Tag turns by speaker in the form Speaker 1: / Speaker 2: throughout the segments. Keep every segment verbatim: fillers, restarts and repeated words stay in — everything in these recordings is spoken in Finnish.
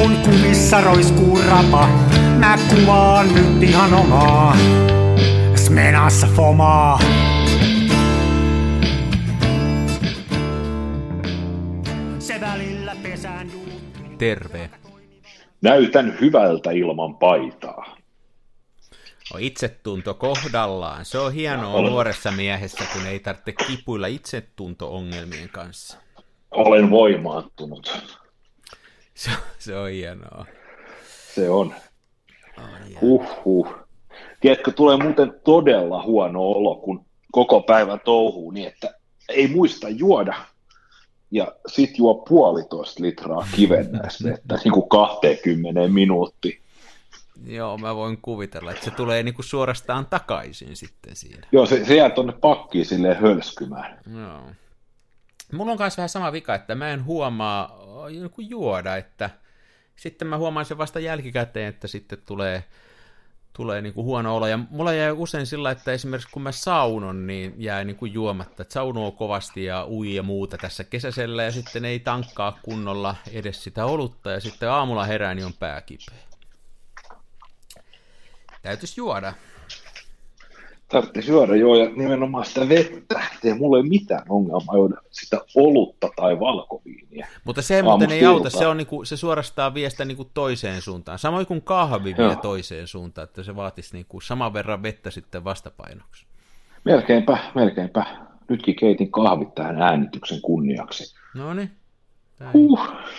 Speaker 1: Kun kumissa roiskuu rapa, mä kuvaan nyt ihan omaa Smenassa fomaa. Se välillä pesään juuttuu.
Speaker 2: Terve.
Speaker 3: Näytän hyvältä ilman paitaa.
Speaker 2: On itsetunto kohdallaan. Se on hienoa Olen... nuoressa miehessä, kun ei tarvitse kipuilla itsetunto-ongelmien kanssa.
Speaker 3: Olen voimaantunut.
Speaker 2: Se, se on hienoa.
Speaker 3: Se on.
Speaker 2: Oh,
Speaker 3: Huhhuh. Tiedätkö, tulee muuten todella huono olo, kun koko päivän touhuu niin, että ei muista juoda. Ja sit juo puolitoista litraa kivennäisvettä niin kuin kaksikymmentä minuuttia.
Speaker 2: Joo, mä voin kuvitella, että se tulee niin kuin suorastaan takaisin sitten siinä.
Speaker 3: Joo, se, se jää tonne pakkiin silleen hölskymään.
Speaker 2: Joo. Mulla on myös vähän sama vika, että mä en huomaa niin juoda, että sitten mä huomaan sen vasta jälkikäteen, että sitten tulee, tulee niin kuin huono olo. Ja mulla jää usein sillä, että esimerkiksi kun mä saunon, niin jää niin kuin juomatta. Että saunoo kovasti ja ui ja muuta tässä kesäisellä ja sitten ei tankkaa kunnolla edes sitä olutta ja sitten aamulla herään, niin on pää kipeä. Täytyisi juoda.
Speaker 3: Tarvitsisi juoda, joo, ja nimenomaan sitä vettä. Ei mulla ei mitään ongelmaa juoda sitä olutta tai valkoviiniä.
Speaker 2: Mutta se muuten ei auta, se, on niinku, se suorastaan vie sitä niinku toiseen suuntaan. Samoin kuin kahvi vie toiseen suuntaan, että se vaatisi niinku saman verran vettä sitten vastapainoksi.
Speaker 3: Melkeinpä, melkeinpä. Nytkin keitin kahvit tähän äänityksen kunniaksi.
Speaker 2: No niin.
Speaker 3: Huh.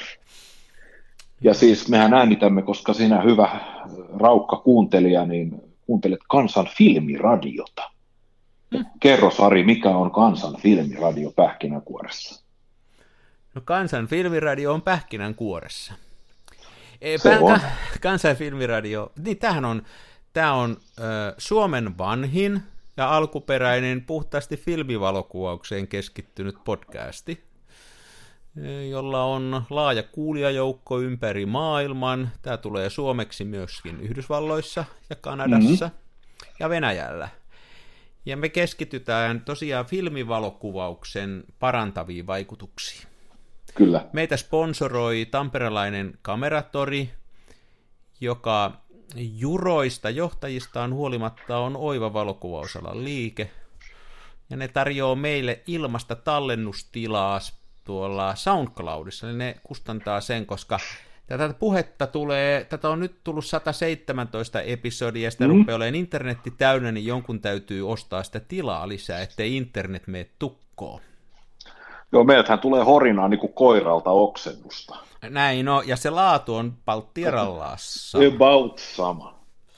Speaker 3: Ja siis mehän äänitämme, koska sinä hyvä raukka kuuntelija, niin kuuntelet Kansan filmiradiota. Hmm. Kerro Sari, mikä on Kansan filmiradio Pähkinänkuoressa?
Speaker 2: No Kansan filmiradio on Pähkinänkuoressa.
Speaker 3: Se on.
Speaker 2: Kansan filmiradio, niin tämähän on, tämä on ö, Suomen vanhin ja alkuperäinen puhtaasti filmivalokuvaukseen keskittynyt podcasti, jolla on laaja kuulijajoukko ympäri maailman. Tämä tulee suomeksi myöskin Yhdysvalloissa ja Kanadassa mm-hmm. ja Venäjällä. Ja me keskitytään tosiaan filmivalokuvauksen parantaviin vaikutuksiin.
Speaker 3: Kyllä.
Speaker 2: Meitä sponsoroi tamperelainen Kameratori, joka juroista johtajistaan huolimatta on oiva valokuvausalan liike. Ja ne tarjoaa meille ilmasta tallennustilaa tuolla SoundCloudissa, eli ne kustantaa sen, koska tätä puhetta tulee, tätä on nyt tullut sata seitsemäntoista episodia, ja sitä mm. rupeaa olemaan internetti täynnä, niin jonkun täytyy ostaa sitä tilaa lisää, ettei internet mene tukkoon.
Speaker 3: Joo, meiltähän tulee horinaa niin kuin koiralta oksennusta.
Speaker 2: Näin, no, ja se laatu on palttierallassa.
Speaker 3: About sama.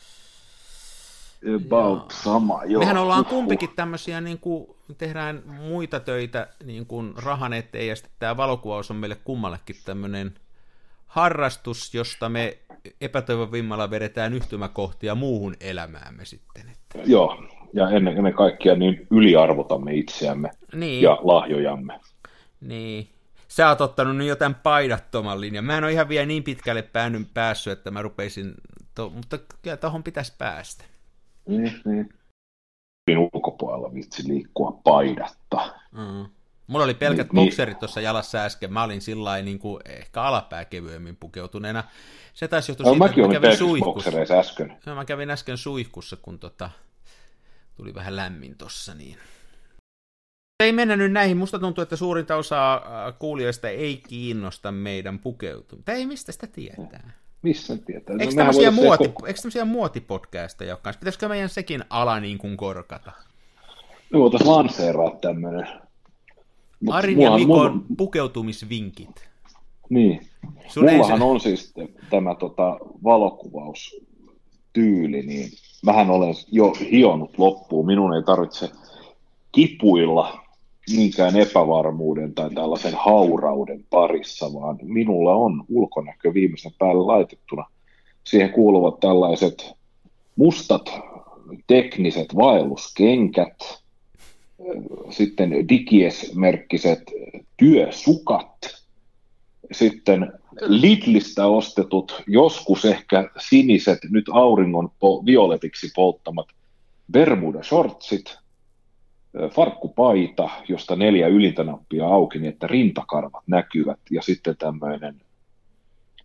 Speaker 3: About joo. sama, joo.
Speaker 2: Mehän ollaan kumpikin tämmöisiä, niin kuin tehdään muita töitä niin kuin rahan eteen, ja sitten tämä valokuvaus on meille kummallekin tämmöinen harrastus, josta me epätoivovimmalla vedetään yhtymäkohtia muuhun elämäämme sitten. Että.
Speaker 3: Joo, ja ennen, ennen kaikkea niin yliarvotamme itseämme niin. Ja lahjojamme.
Speaker 2: Niin. Sä oot ottanut nyt jo tämän paidattoman linjan. Mä en ole ihan vielä niin pitkälle päänyt päässyt, että mä rupeisin, to- mutta kyllä tohon pitäisi päästä.
Speaker 3: Niin, niin. Ulkopuolella vitsi liikkua paidatta.
Speaker 2: Mm. Mulla oli pelkät niin, bokserit tuossa jalassa äsken. Mä olin sillain niin kuin ehkä alapää kevyemmin pukeutuneena. Se taisi johtua
Speaker 3: no,
Speaker 2: siitä,
Speaker 3: että
Speaker 2: mä kävin suihkussa.
Speaker 3: Äsken.
Speaker 2: No, mä kävin äsken suihkussa, kun tota, tuli vähän lämmin tossa. Niin. Ei mennä nyt näihin. Musta tuntuu, että suurinta osaa kuulijoista ei kiinnosta meidän pukeutumista. Ei mistä sitä tietää.
Speaker 3: Missä tietää?
Speaker 2: Eikö tämmöisiä, muoti, eikö tämmöisiä muotipodcasteja ole kanssa? Pitäisikö meidän sekin ala niin kuin korkata?
Speaker 3: Me voitaisiin lanseeraa tämmöinen.
Speaker 2: Arin ja Mikon mun... pukeutumisvinkit.
Speaker 3: Niin.
Speaker 2: Sun
Speaker 3: Mullahan
Speaker 2: se...
Speaker 3: on siis tämä tota, valokuvaustyyli, niin vähän olen jo hionut loppuun. Minun ei tarvitse kipuilla niinkään epävarmuuden tai tällaisen haurauden parissa, vaan minulla on ulkonäkö viimeisen päälle laitettuna. Siihen kuuluvat tällaiset mustat tekniset vaelluskenkät, sitten Digies-merkkiset työsukat, sitten Lidlistä ostetut, joskus ehkä siniset, nyt auringon violetiksi polttamat Bermuda-shortsit, farkkupaita, josta neljä ylintä nappia auki, niin että rintakarvat näkyvät, ja sitten tämmöinen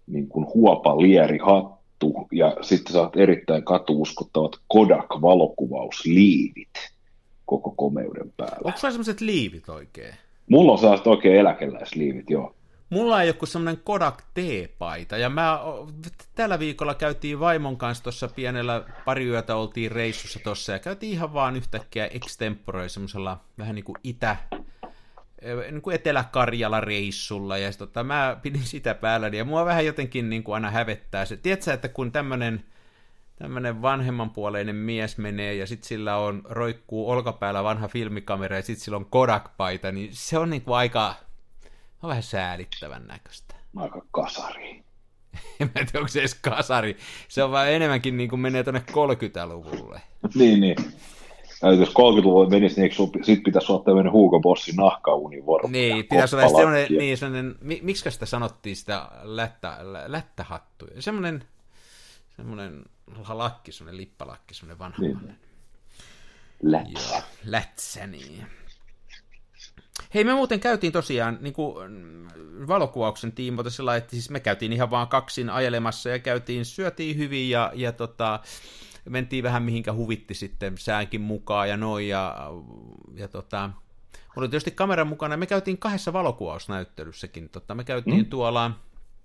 Speaker 3: niin kuin huopalierihattu ja sitten saat erittäin katuuskottavat Kodak-valokuvausliivit koko komeuden päällä.
Speaker 2: Onko sulla sellaiset liivit oikein?
Speaker 3: Mulla on sellaiset oikein eläkeläisliivit, joo.
Speaker 2: Mulla ei ole kuin semmoinen Kodak T-paita, ja mä, tällä viikolla käytiin vaimon kanssa tuossa pienellä pari yötä oltiin reissussa tuossa, ja käytiin ihan vaan yhtäkkiä extemporoi semmoisella vähän niin kuin itä, niin kuin Etelä-Karjala reissulla, ja tota, mä pidin sitä päällä, ja mua vähän jotenkin niin kuin aina hävettää se. Tiedätkö, että kun tämmöinen tämmöinen vanhemmanpuoleinen mies menee, ja sitten sillä on, roikkuu olkapäällä vanha filmikamera, ja sitten sillä on Kodak-paita, niin se on niin kuin aika... On vähän säälittävän näköistä.
Speaker 3: Aika kasari.
Speaker 2: En mä tiedä, onko se edes kasari. Se on vaan enemmänkin niin kuin menee tuonne kolmekymmentäluvulle.
Speaker 3: niin, niin. Ja jos kolmekymmentäluvulle menisi, niin sitten pitäisi olla tämmöinen Hugo Bossin nahkaunivormi.
Speaker 2: Niin, pitäisi olla sellainen, niin, sellainen, miksi sitä sanottiin sitä lättä, lättähattu? Semmoinen, semmoinen lakki, semmoinen lippalakki, semmoinen vanha.
Speaker 3: Niin. Lätsä.
Speaker 2: Joo, lätsä, niin. Hei, me muuten käytiin tosiaan niin kuin valokuvauksen tiimoilta sillä että siis me käytiin ihan vaan kaksin ajelemassa ja käytiin, syötiin hyvin ja, ja tota, mentiin vähän mihinkä huvitti sitten säänkin mukaan ja noin ja, ja tota, oli tietysti kameran mukana. Me käytiin kahdessa valokuvausnäyttelyssäkin. Tota, me käytiin mm. tuolla äh,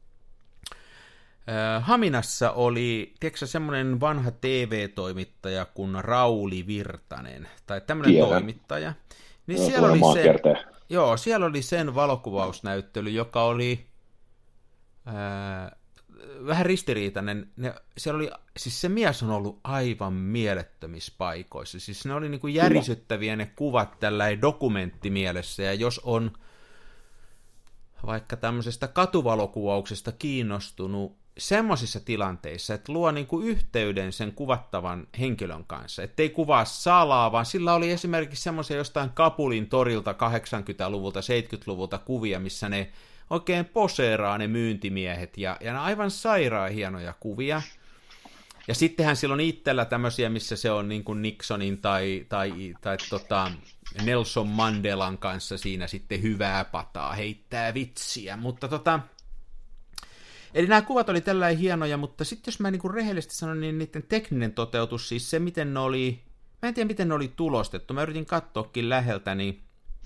Speaker 2: Haminassa oli, tiedätkö semmoinen vanha T V-toimittaja kuin Rauli Virtanen, tai tämmöinen
Speaker 3: Tiedän.
Speaker 2: toimittaja. Niin
Speaker 3: no,
Speaker 2: siellä, oli sen, joo, siellä oli sen valokuvausnäyttely, joka oli ää, vähän ristiriitainen. Ne, siellä oli, siis se mies on ollut aivan mielettömissä paikoissa. Siis ne oli niin kuin järisyttäviä ne kuvat tällä dokumenttimielessä, ja jos on vaikka tämmöisestä katuvalokuvauksesta kiinnostunut semmoisissa tilanteissa, että luo niin kuin yhteyden sen kuvattavan henkilön kanssa, ettei kuvaa salaa, vaan sillä oli esimerkiksi semmoisia jostain Kabulin torilta kahdeksankymmentäluvulta, seitsemänkymmentäluvulta kuvia, missä ne oikein poseeraa ne myyntimiehet, ja, ja ne aivan sairaan hienoja kuvia. Ja sittenhän sillä on itsellä tämmöisiä, missä se on niin kuin Nixonin tai, tai, tai tota Nelson Mandelan kanssa siinä sitten hyvää pataa, heittää vitsiä, mutta tota... Eli nämä kuvat oli tällainen hienoja, mutta sitten jos mä niin kuin rehellisesti sanon, niin niiden tekninen toteutus, siis se miten ne oli, mä en tiedä miten ne oli tulostettu, mä yritin katsoakin läheltä, niin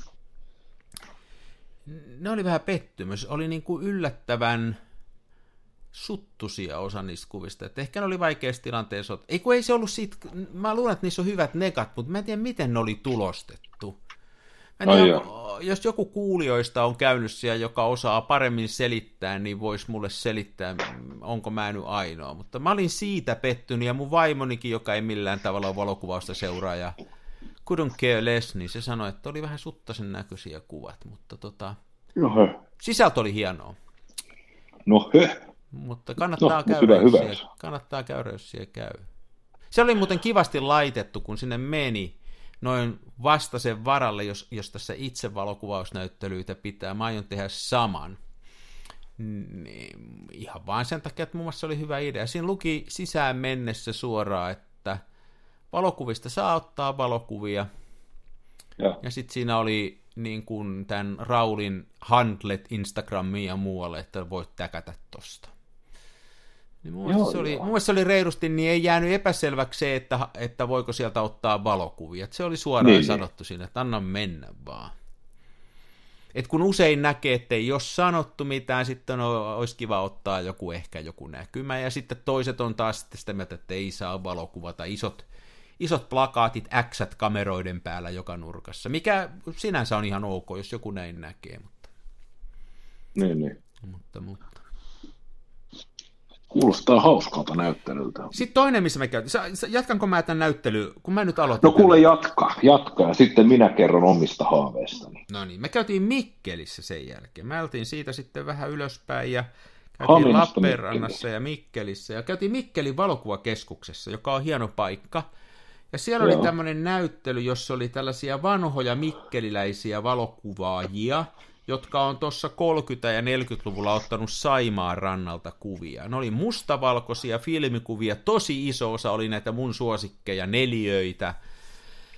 Speaker 2: ne oli vähän pettymys, oli niin kuin yllättävän suttusia osa niistä kuvista, että ehkä ne oli vaikeassa tilanteessa, ei kun ei se ollut siitä, mä luulen, että niissä on hyvät negat, mutta mä en tiedä miten ne oli tulostettu. Mä en tiedä, jos joku kuulijoista on käynyt siellä, joka osaa paremmin selittää, niin voisi mulle selittää, onko mä nyt ainoa. Mutta mä olin siitä pettynyt, ja mun vaimonikin, joka ei millään tavalla ole valokuvausta seuraa, ja couldn't care less, niin se sanoi, että oli vähän suttaisen näköisiä kuvat, mutta tota,
Speaker 3: no,
Speaker 2: sisältö oli hienoa.
Speaker 3: No hö.
Speaker 2: Mutta kannattaa,
Speaker 3: no,
Speaker 2: käydä,
Speaker 3: hyvä, hyvä.
Speaker 2: Siellä, kannattaa käydä, jos siellä käy. Se oli muuten kivasti laitettu, kun sinne meni. Noin vastaisen varalle, jos, jos tässä itse valokuvausnäyttelyitä pitää, mä aion tehdä saman. Niin, ihan vain sen takia, että muun muassa se oli hyvä idea. Siinä luki sisään mennessä suoraan, että valokuvista saa ottaa valokuvia. Ja, ja sitten siinä oli niin kuin tämän Raulin handlet Instagramiin ja muualle, että voit täkätä tosta. Niin mun, mielestä se oli, mun mielestä se oli reilusti, niin ei jäänyt epäselväksi se, että, että voiko sieltä ottaa valokuvia. Et se oli suoraan niin, sanottu siinä, että anna mennä vaan. Et kun usein näkee, että ei ole sanottu mitään, sitten olisi kiva ottaa joku ehkä joku näkymä, ja sitten toiset on taas sitten sitä mieltä, että ei saa valokuvata isot, isot plakaatit X:t kameroiden päällä joka nurkassa, mikä sinänsä on ihan ok, jos joku näin näkee. Mutta,
Speaker 3: niin, niin.
Speaker 2: mutta, mutta.
Speaker 3: Kuulostaa hauskalta näyttelyltä.
Speaker 2: Sitten toinen, missä me käytiin. Jatkanko mä tämän näyttely, kun mä nyt aloitan?
Speaker 3: No kuule, jatka, jatka, ja sitten minä kerron omista haaveistani.
Speaker 2: No niin, me käytiin Mikkelissä sen jälkeen. Me oltiin siitä sitten vähän ylöspäin, ja käytiin
Speaker 3: Haminasta
Speaker 2: Lappeenrannassa
Speaker 3: Mikkelissä.
Speaker 2: ja Mikkelissä, ja käytiin Mikkelin valokuvakeskuksessa, joka on hieno paikka. Ja siellä
Speaker 3: Joo.
Speaker 2: oli tämmöinen näyttely, jossa oli tällaisia vanhoja mikkeliläisiä valokuvaajia, jotka on tuossa kolmekymmentä- ja neljäkymmentäluvulla ottanut Saimaan rannalta kuvia. Ne oli mustavalkoisia filmikuvia, tosi iso osa oli näitä mun suosikkeja, neliöitä.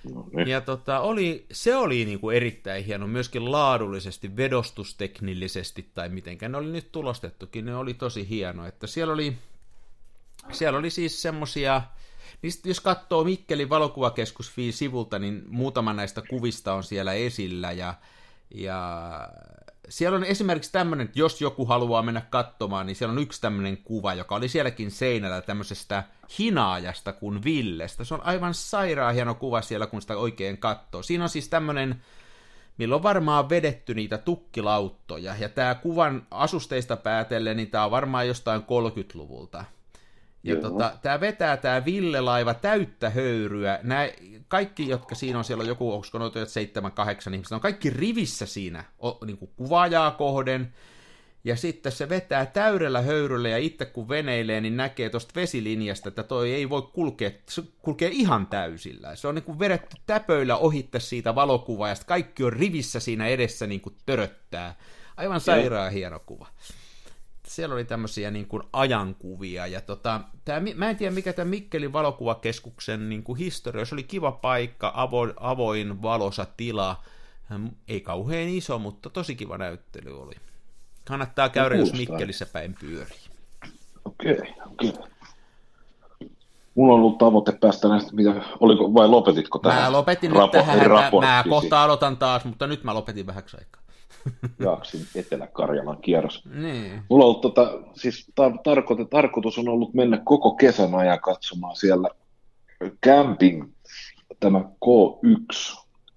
Speaker 3: No, niin.
Speaker 2: Ja tota, oli, se oli niinku erittäin hieno, myöskin laadullisesti, vedostusteknillisesti, tai mitenkä ne oli nyt tulostettukin, ne oli tosi hieno, että siellä oli, siellä oli siis semmosia, niin jos katsoo Mikkelin valokuvakeskus sivulta, niin muutama näistä kuvista on siellä esillä, ja, ja siellä on esimerkiksi tämmöinen, että jos joku haluaa mennä katsomaan, niin siellä on yksi tämmöinen kuva, joka oli sielläkin seinällä tämmöisestä hinaajasta kuin Villestä. Se on aivan sairaan hieno kuva siellä, kun sitä oikein katsoo. Siinä on siis tämmöinen, millä on varmaan vedetty niitä tukkilauttoja, ja tämä kuvan asusteista päätellen, niin tämä on varmaan jostain kolmekymmentäluvulta. Ja tota, tämä vetää tämä Ville-laiva täyttä höyryä. Nämä kaikki, jotka siinä on, siellä on joku, onko noita seitsemän, kahdeksan ihmistä, on kaikki rivissä siinä niin kuin kuvaajaa kohden. Ja sitten se vetää täydellä höyryllä, ja itse kun veneilee, niin näkee tuosta vesilinjasta, että toi ei voi kulkea, se kulkee ihan täysillä. Se on niin kuin vedetty täpöillä ohitte siitä valokuvaa, ja kaikki on rivissä siinä edessä niin kuin töröttää. Aivan sairaan hieno kuva. Siellä oli tämmöisiä niin kuin ajankuvia, ja tota, tää, mä en tiedä mikä tämä Mikkelin valokuvakeskuksen niin kuin historia, se oli kiva paikka, avoin, avoin valosa tila, ei kauhean iso, mutta tosi kiva näyttely oli. Kannattaa käydä, jos Mikkelissä päin pyörii.
Speaker 3: Okei, okei. Mulla on ollut tavoite päästä näistä, mitä, oliko, vai lopetitko tähän?
Speaker 2: Mä lopetin nyt tähän, mä, mä kohta aloitan taas, mutta nyt mä lopetin vähäksi aikaa.
Speaker 3: Jaaksin Etelä-Karjalan kierros.
Speaker 2: Niin.
Speaker 3: Mulla on ollut, tota, siis tar- tarko- tarkoitus on ollut mennä koko kesän ajan katsomaan siellä camping, tämä K yksi,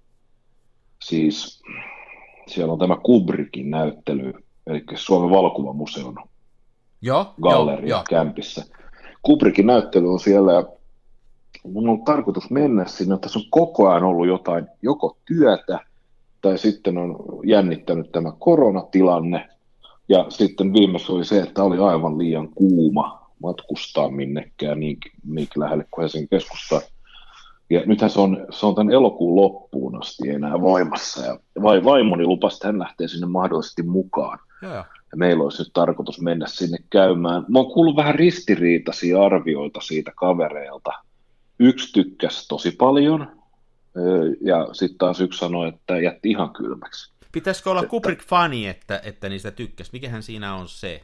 Speaker 3: siis siellä on tämä Kubrickin näyttely, eli Suomen valokuvamuseon
Speaker 2: Joo,
Speaker 3: galleria
Speaker 2: jo,
Speaker 3: kämpissä. Kubrickin näyttely on siellä, ja mun on ollut tarkoitus mennä sinne, tässä on koko ajan ollut jotain, joko työtä, tai sitten on jännittänyt tämä koronatilanne, ja sitten viimeis oli se, että oli aivan liian kuuma matkustaa minnekään niin, niin lähelle kuin Helsingin keskustaan. Ja nythän se on, se on tämän elokuun loppuun asti enää voimassa, ja vai, vaimoni lupasi, että hän lähtee sinne mahdollisesti mukaan.
Speaker 2: Joo.
Speaker 3: Ja meillä olisi nyt tarkoitus mennä sinne käymään. Mä oon kuullut vähän ristiriitaisia arvioita siitä kavereilta. Yksi tykkäsi tosi paljon, ja sitten taas yksi sanoi, että jätti ihan kylmäksi.
Speaker 2: Pitäisikö olla
Speaker 3: että...
Speaker 2: Kubrick-fani, että, että niistä tykkäsi? Mikähän siinä on se?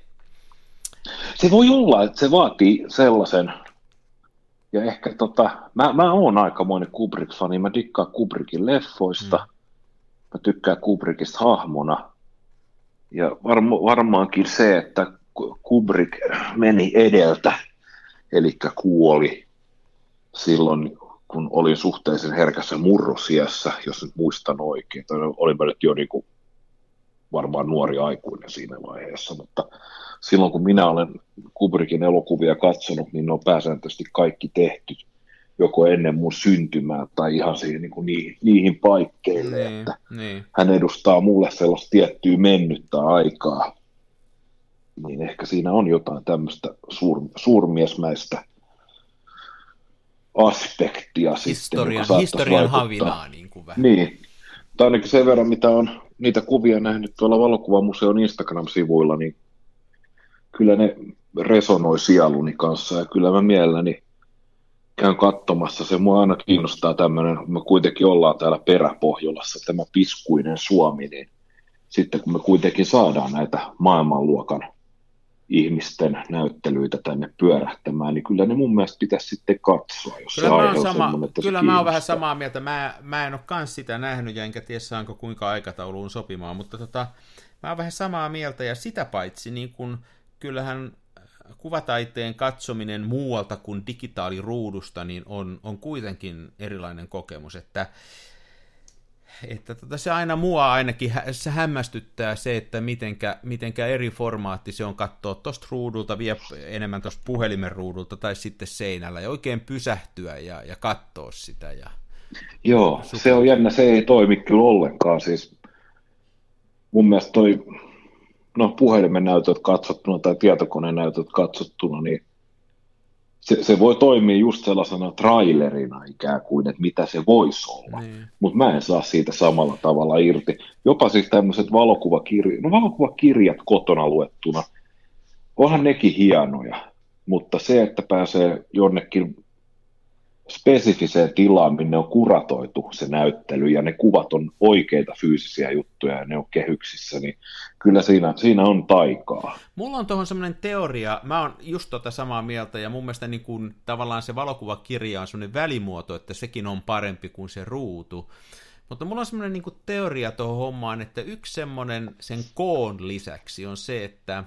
Speaker 3: Se voi olla, että se vaatii sellaisen, ja ehkä tota, mä, mä oon aikamoinen Kubrick-fani, mä dikkaan Kubrickin leffoista, mm. mä tykkään Kubrickista hahmona, ja varma, varmaankin se, että Kubrick meni edeltä, eli kuoli silloin, kun olin suhteellisen herkässä murrosiässä, jos nyt muistan oikein. Olin mä nyt jo niin kuin varmaan nuori aikuinen siinä vaiheessa, mutta silloin kun minä olen Kubrickin elokuvia katsonut, niin ne on pääsääntöisesti kaikki tehty joko ennen mun syntymää tai ihan siihen, niin kuin niihin, niihin paikkeille, niin, että niin. Hän edustaa mulle sellaista tiettyä mennyttä aikaa. Niin ehkä siinä on jotain tämmöistä suur, suurmiesmäistä aspektia
Speaker 2: historian,
Speaker 3: sitten,
Speaker 2: historian havinaa niin kuin vähän.
Speaker 3: Niin, tai ainakin sen verran, mitä on niitä kuvia nähnyt tuolla valokuvamuseon Instagram-sivuilla, niin kyllä ne resonoi sieluni kanssa, ja kyllä mä mielelläni käyn katsomassa. Se mua aina kiinnostaa tämmöinen, me kuitenkin ollaan täällä Peräpohjolassa, tämä piskuinen Suomi, niin sitten kun me kuitenkin saadaan näitä maailmanluokan ihmisten näyttelyitä tänne pyörähtämään, niin kyllä ne mun mielestä pitäisi sitten katsoa, jos
Speaker 2: kyllä
Speaker 3: se
Speaker 2: mä
Speaker 3: aihe on
Speaker 2: sama,
Speaker 3: semmoinen, että
Speaker 2: kyllä
Speaker 3: se
Speaker 2: mä oon vähän samaa mieltä. Mä, mä en ole kans sitä nähnyt, ja enkä tiedä saanko kuinka aikatauluun sopimaan, mutta tota, mä oon vähän samaa mieltä, ja sitä paitsi niin kun, kyllähän kuvataiteen katsominen muualta kuin digitaaliruudusta niin on, on kuitenkin erilainen kokemus, että Että tota, se aina mua ainakin se hämmästyttää se, että mitenkä, mitenkä eri formaatti se on katsoa tuosta ruudulta, vie enemmän tuosta puhelimen ruudulta tai sitten seinällä ja oikein pysähtyä ja, ja katsoa sitä. Ja...
Speaker 3: Joo, super. Se on jännä, se ei toimi kyllä ollenkaan. Siis mun mielestä toi, no puhelimen näytöt katsottuna tai tietokoneen näytöt katsottuna, niin Se, se voi toimia just sellaisena trailerina ikään kuin, että mitä se voisi olla, niin. Mutta mä en saa siitä samalla tavalla irti. Jopa siis tämmöiset valokuvakirjat, no valokuvakirjat kotona luettuna, onhan nekin hienoja, mutta se, että pääsee jonnekin spesifiseen tilaan, minne on kuratoitu se näyttely, ja ne kuvat on oikeita fyysisiä juttuja, ja ne on kehyksissä, niin kyllä siinä, siinä on taikaa.
Speaker 2: Mulla on tuohon semmoinen teoria, mä oon just tota samaa mieltä, ja mun mielestä niin kun, tavallaan se valokuvakirja on semmoinen välimuoto, että sekin on parempi kuin se ruutu. Mutta mulla on semmoinen niin kuin teoria tuohon hommaan, että yksi semmoinen sen koon lisäksi on se, että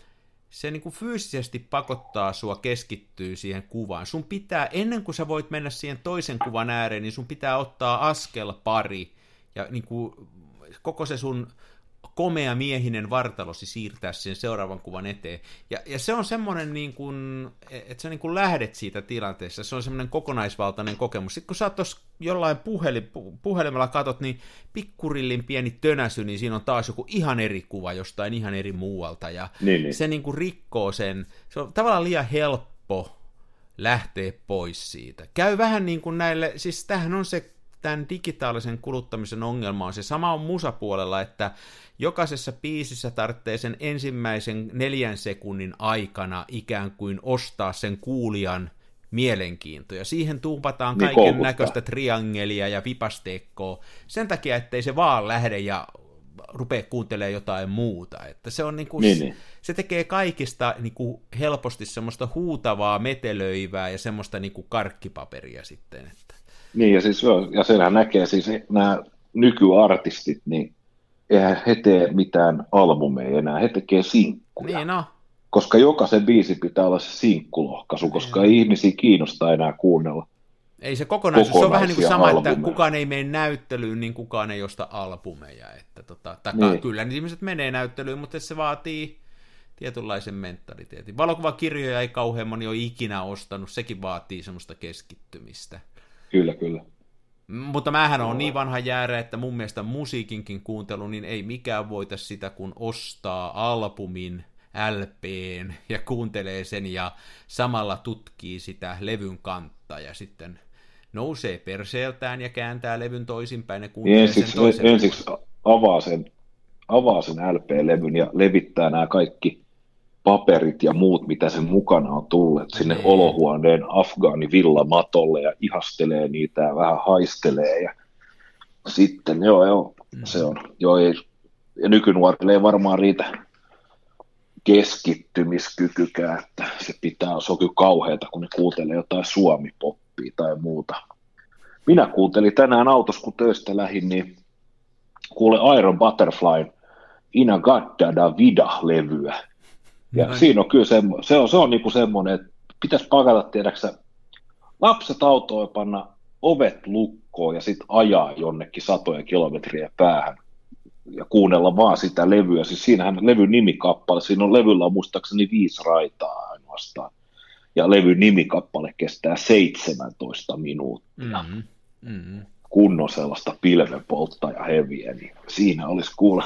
Speaker 2: se niin kuin fyysisesti pakottaa sua keskittyä siihen kuvaan. Sun pitää, ennen kuin sä voit mennä siihen toisen kuvan ääreen, niin sun pitää ottaa askel pari ja niin kuin koko se sun komea miehinen vartalosi siirtää sen seuraavan kuvan eteen. Ja, ja se on semmoinen, niin kuin, että sä niin kuin lähdet siitä tilanteessa, se on semmoinen kokonaisvaltainen kokemus. Sitten kun sä oot tuossa jollain puheli, puhelimella katot, niin pikkurillin pieni tönäsy, niin siinä on taas joku ihan eri kuva jostain ihan eri muualta. Ja
Speaker 3: niin, niin.
Speaker 2: se niin kuin rikkoo sen, se on tavallaan liian helppo lähteä pois siitä. Käy vähän niin kuin näille, siis tämähän on se tämän digitaalisen kuluttamisen ongelma on se sama on musapuolella, että jokaisessa biisissä tarvitsee sen ensimmäisen neljän sekunnin aikana ikään kuin ostaa sen kuulijan mielenkiinto, ja siihen tuupataan
Speaker 3: niin
Speaker 2: kaiken näköistä triangelia ja vipasteekkoa sen takia, ettei se vaan lähde ja rupea kuuntelemaan jotain muuta, että se on niinku, niin, niin. se tekee kaikista niinku helposti semmoista huutavaa, metelöivää ja semmoista niinku karkkipaperia sitten, että
Speaker 3: niin, ja, siis, ja senhän näkee siis nämä nykyartistit, niin eihän he tee mitään albumeja enää, he tekee sinkkuja.
Speaker 2: Niin no.
Speaker 3: Koska jokaisen biisi pitää olla se sinkkulohkaisu, koska ei ihmisiä kiinnosta enää kuunnella.
Speaker 2: Ei se kokonaisuus, se on vähän niin kuin sama, albumeja. Että kukaan ei mene näyttelyyn, niin kukaan ei osta albumeja. Että tota, taka, niin. Kyllä niin ihmiset menee näyttelyyn, mutta se vaatii tietynlaisen mentaliteetin. Valokuvakirjoja ei kauhean moni ole ikinä ostanut, sekin vaatii semmoista keskittymistä.
Speaker 3: Kyllä, kyllä.
Speaker 2: Mutta mähän on niin vanha jäärä, että mun mielestä musiikinkin kuuntelu, niin ei mikään voita sitä, kun ostaa albumin, L P:n ja kuuntelee sen ja samalla tutkii sitä levyn kantta ja sitten nousee perseeltään ja kääntää levyn toisinpäin ja kuuntelee
Speaker 3: ensiksi,
Speaker 2: sen toisen.
Speaker 3: Ensiksi avaa sen, avaa sen L P-levyn ja levittää nämä kaikki paperit ja muut, mitä sen mukana on tullut sinne nee. Olohuoneen afgaanivillamatolle ja ihastelee niitä ja vähän haistelee ja sitten joo, joo, mm. se on, joo, ei, ja nykynuorille ei varmaan riitä keskittymiskykykään, että se pitää, se on kyllä kauheata, kun ne kuuntelee jotain suomipoppia tai muuta. Minä kuuntelin tänään autossa, kun töistä lähdin, niin kuule Iron Butterflyn Inagada da Vida-levyä. Ja no, siinä on kyllä semmo, se on, se on niinku semmoinen, että pitäisi pakata, tiedäksä, lapset autoon ja panna ovet lukkoon ja sitten ajaa jonnekin satoja kilometriä päähän ja kuunnella vaan sitä levyä. Siis siinähän levyn nimikappale, siinä on levyllä on muistaakseni viisi raitaa ainoastaan. Ja levyn nimikappale kestää seitsemäntoista minuuttia. Mm-hmm. Mm-hmm. Kunnon sellaista pilvenpolttaja heviä, niin siinä olisi kuule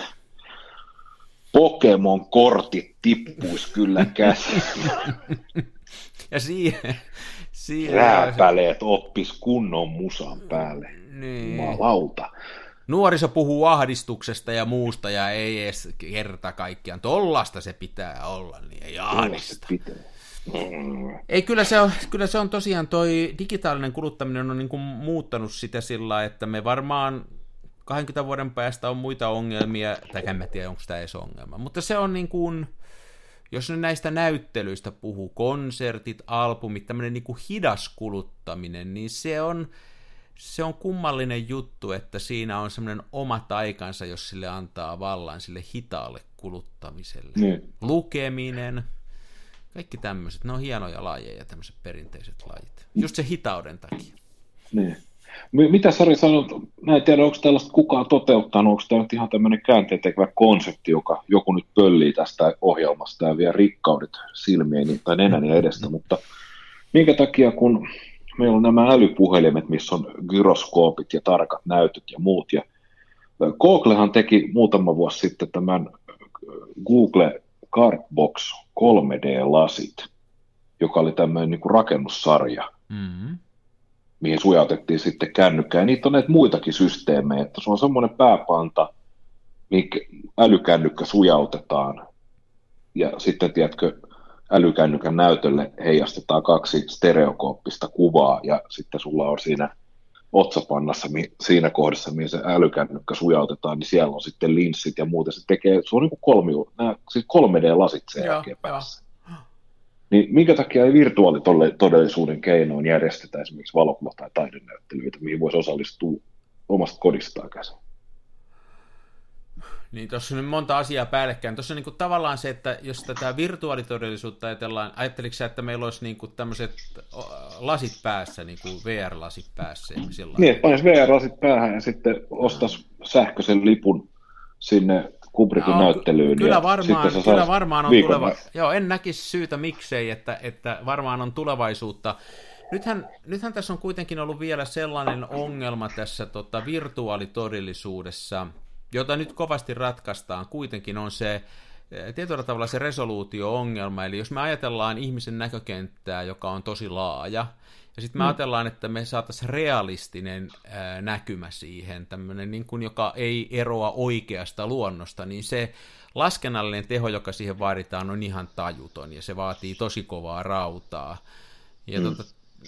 Speaker 3: Pokemon-kortit tippuisi kyllä käsiin.
Speaker 2: Ja siihen, siihen
Speaker 3: rääpäleet oppis kunnon musan päälle.
Speaker 2: Niin.
Speaker 3: Jumalauta.
Speaker 2: Nuoriso puhuu ahdistuksesta ja muusta ja ei edes kerta kaikkiaan. Tollasta se pitää olla, niin ei ahdista. Ei, kyllä se, on, kyllä se on tosiaan toi digitaalinen kuluttaminen on niin kuin muuttanut sitä sillä, että me varmaan kaksikymmentä vuoden päästä on muita ongelmia, tai en mä tiedä, onko tämä edes ongelma, mutta se on niin kuin, jos ne näistä näyttelyistä puhuu, konsertit, albumit, tämmöinen niin kuin hidas kuluttaminen, niin se on, se on kummallinen juttu, että siinä on semmoinen oma taikansa, jos sille antaa vallan sille hitaalle kuluttamiselle. Mm. Lukeminen, kaikki tämmöiset, ne on hienoja lajeja, tämmöiset perinteiset lajit, just se hitauden takia.
Speaker 3: Niin. Mitä Sari sanot, mä en tiedä, onko tällaista kukaan toteuttanut, onko tämä ihan tämmöinen käänteentekevä konsepti, joka joku nyt pöllii tästä ohjelmasta ja vie rikkaudet silmieni tai nenäni edestä, mutta minkä takia, kun meillä on nämä älypuhelimet, missä on gyroskoopit ja tarkat näytöt ja muut, ja Googlehan teki muutama vuosi sitten tämän Google Cardbox kolme D-lasit, joka oli tämmöinen niin kuin rakennussarja, mm-hmm. mihin sujautettiin sitten kännykkää. Ja niitä on näitä muitakin systeemejä, että se on semmoinen pääpanta, mihin älykännykkä sujautetaan. Ja sitten, tiedätkö, älykännykän näytölle heijastetaan kaksi stereokooppista kuvaa, ja sitten sulla on siinä otsapannassa, siinä kohdassa, mihin se älykännykkä sujautetaan, niin siellä on sitten linssit ja muuta. Se tekee, se on niin kuin kolmi, nämä, siis kolme D-lasit sen jälkeen päässä. Niin minkä takia ei virtuaalitodellisuuden keinoin järjestetä esimerkiksi valokuva- tai taidenäyttelyitä, mihin voisi osallistua omasta kodistaan käsin?
Speaker 2: Niin tuossa on nyt monta asiaa päällekkäin. Tuossa on niin tavallaan se, että jos tätä virtuaalitodellisuutta ajatellaan, ajatteliko sä, että meillä olisi niin tämmöiset lasit päässä, niin kuin V R-lasit päässä?
Speaker 3: Niin, että panis V R-lasit päähän ja sitten ostaisi sähköisen lipun sinne Kubrickin no, näyttelyyn.
Speaker 2: Kyllä varmaan, kyllä varmaan on tuleva... Joo, en näkisi syytä miksei, että, että varmaan on tulevaisuutta. Nythän, nythän tässä on kuitenkin ollut vielä sellainen ongelma tässä tota, virtuaalitodellisuudessa, jota nyt kovasti ratkaistaan, kuitenkin on se tietyllä tavalla se resoluutio-ongelma, eli jos me ajatellaan ihmisen näkökenttää, joka on tosi laaja, ja sitten me mm. ajatellaan, että me saataisiin realistinen ää, näkymä siihen, tämmöinen, niin kuin, joka ei eroa oikeasta luonnosta, niin se laskennallinen teho, joka siihen vaaditaan, on ihan tajuton, ja se vaatii tosi kovaa rautaa. Ja, mm. tota,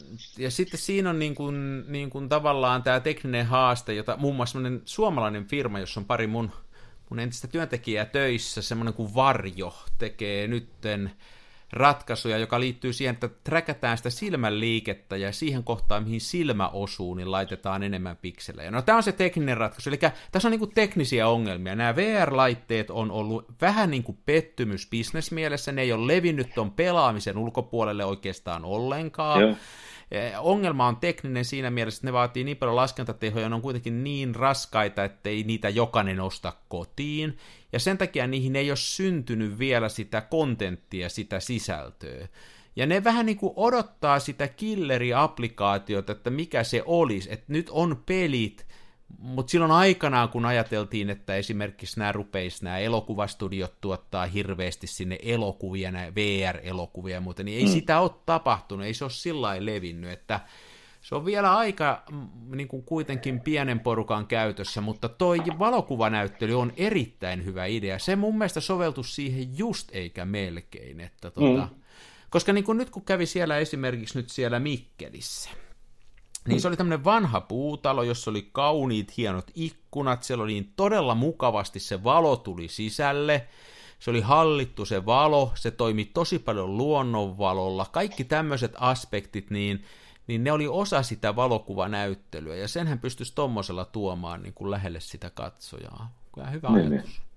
Speaker 2: ja sitten siinä on niin kuin, niin kuin tavallaan tämä tekninen haaste, jota muun muassa semmoinen suomalainen firma, jossa on pari mun, mun entistä työntekijää töissä, semmoinen kuin Varjo, tekee nytten ratkaisuja, joka liittyy siihen, että trackataan sitä silmän liikettä ja siihen kohtaan, mihin silmä osuu, niin laitetaan enemmän pikselejä. No tämä on se tekninen ratkaisu, eli tässä on niin kuin teknisiä ongelmia. Nämä V R-laitteet on ollut vähän niin kuin pettymys bisnesmielessä, ne ei ole levinnyt ton pelaamisen ulkopuolelle oikeastaan ollenkaan. Joo. Ongelma on tekninen siinä mielessä, että ne vaatii niin paljon laskentatehoja, ja ne on kuitenkin niin raskaita, ettei niitä jokainen osta kotiin, ja sen takia niihin ei ole syntynyt vielä sitä kontenttia, sitä sisältöä. Ja ne vähän niin kuin odottaa sitä killeri-applikaatiota, että mikä se olisi, että nyt on pelit, mutta silloin aikanaan, kun ajateltiin, että esimerkiksi nämä rupeisi nämä elokuvastudiot tuottaa hirveästi sinne elokuvia, nämä V R-elokuvia ja muuta, niin ei mm. sitä ole tapahtunut, ei se ole sillä lailla levinnyt, että se on vielä aika niin kuin kuitenkin pienen porukan käytössä, mutta toi valokuvanäyttely on erittäin hyvä idea. Se mun mielestä soveltuisi siihen just eikä melkein, että tuota, mm. koska niin kuin nyt kun kävi siellä esimerkiksi nyt siellä Mikkelissä, niin se oli tämmöinen vanha puutalo, jossa oli kauniit, hienot ikkunat, siellä oli niin todella mukavasti se valo tuli sisälle, se oli hallittu se valo, se toimi tosi paljon luonnonvalolla, kaikki tämmöiset aspektit, niin, niin ne oli osa sitä valokuvanäyttelyä, ja senhän pystyisi tommosella tuomaan niin kuin lähelle sitä katsojaa. Kyllä hyvä niin, ajatus. Niin.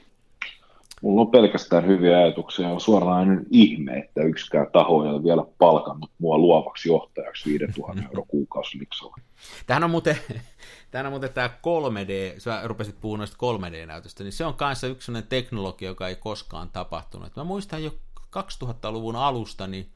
Speaker 2: Mulla on pelkästään hyviä ajatuksia, on suoraan ihme, että yksikään taho ei ole vielä palkannut mua luovaksi johtajaksi viisituhatta euro kuukausiliksalla. Tämähän on muuten, tämähän on muuten tämä kolme D, sä rupesit puhumaan noista kolme D-näytöstä, niin se on kanssa yksi sellainen teknologia, joka ei koskaan tapahtunut. Mä muistan jo kaksituhattaluvun alusta, niin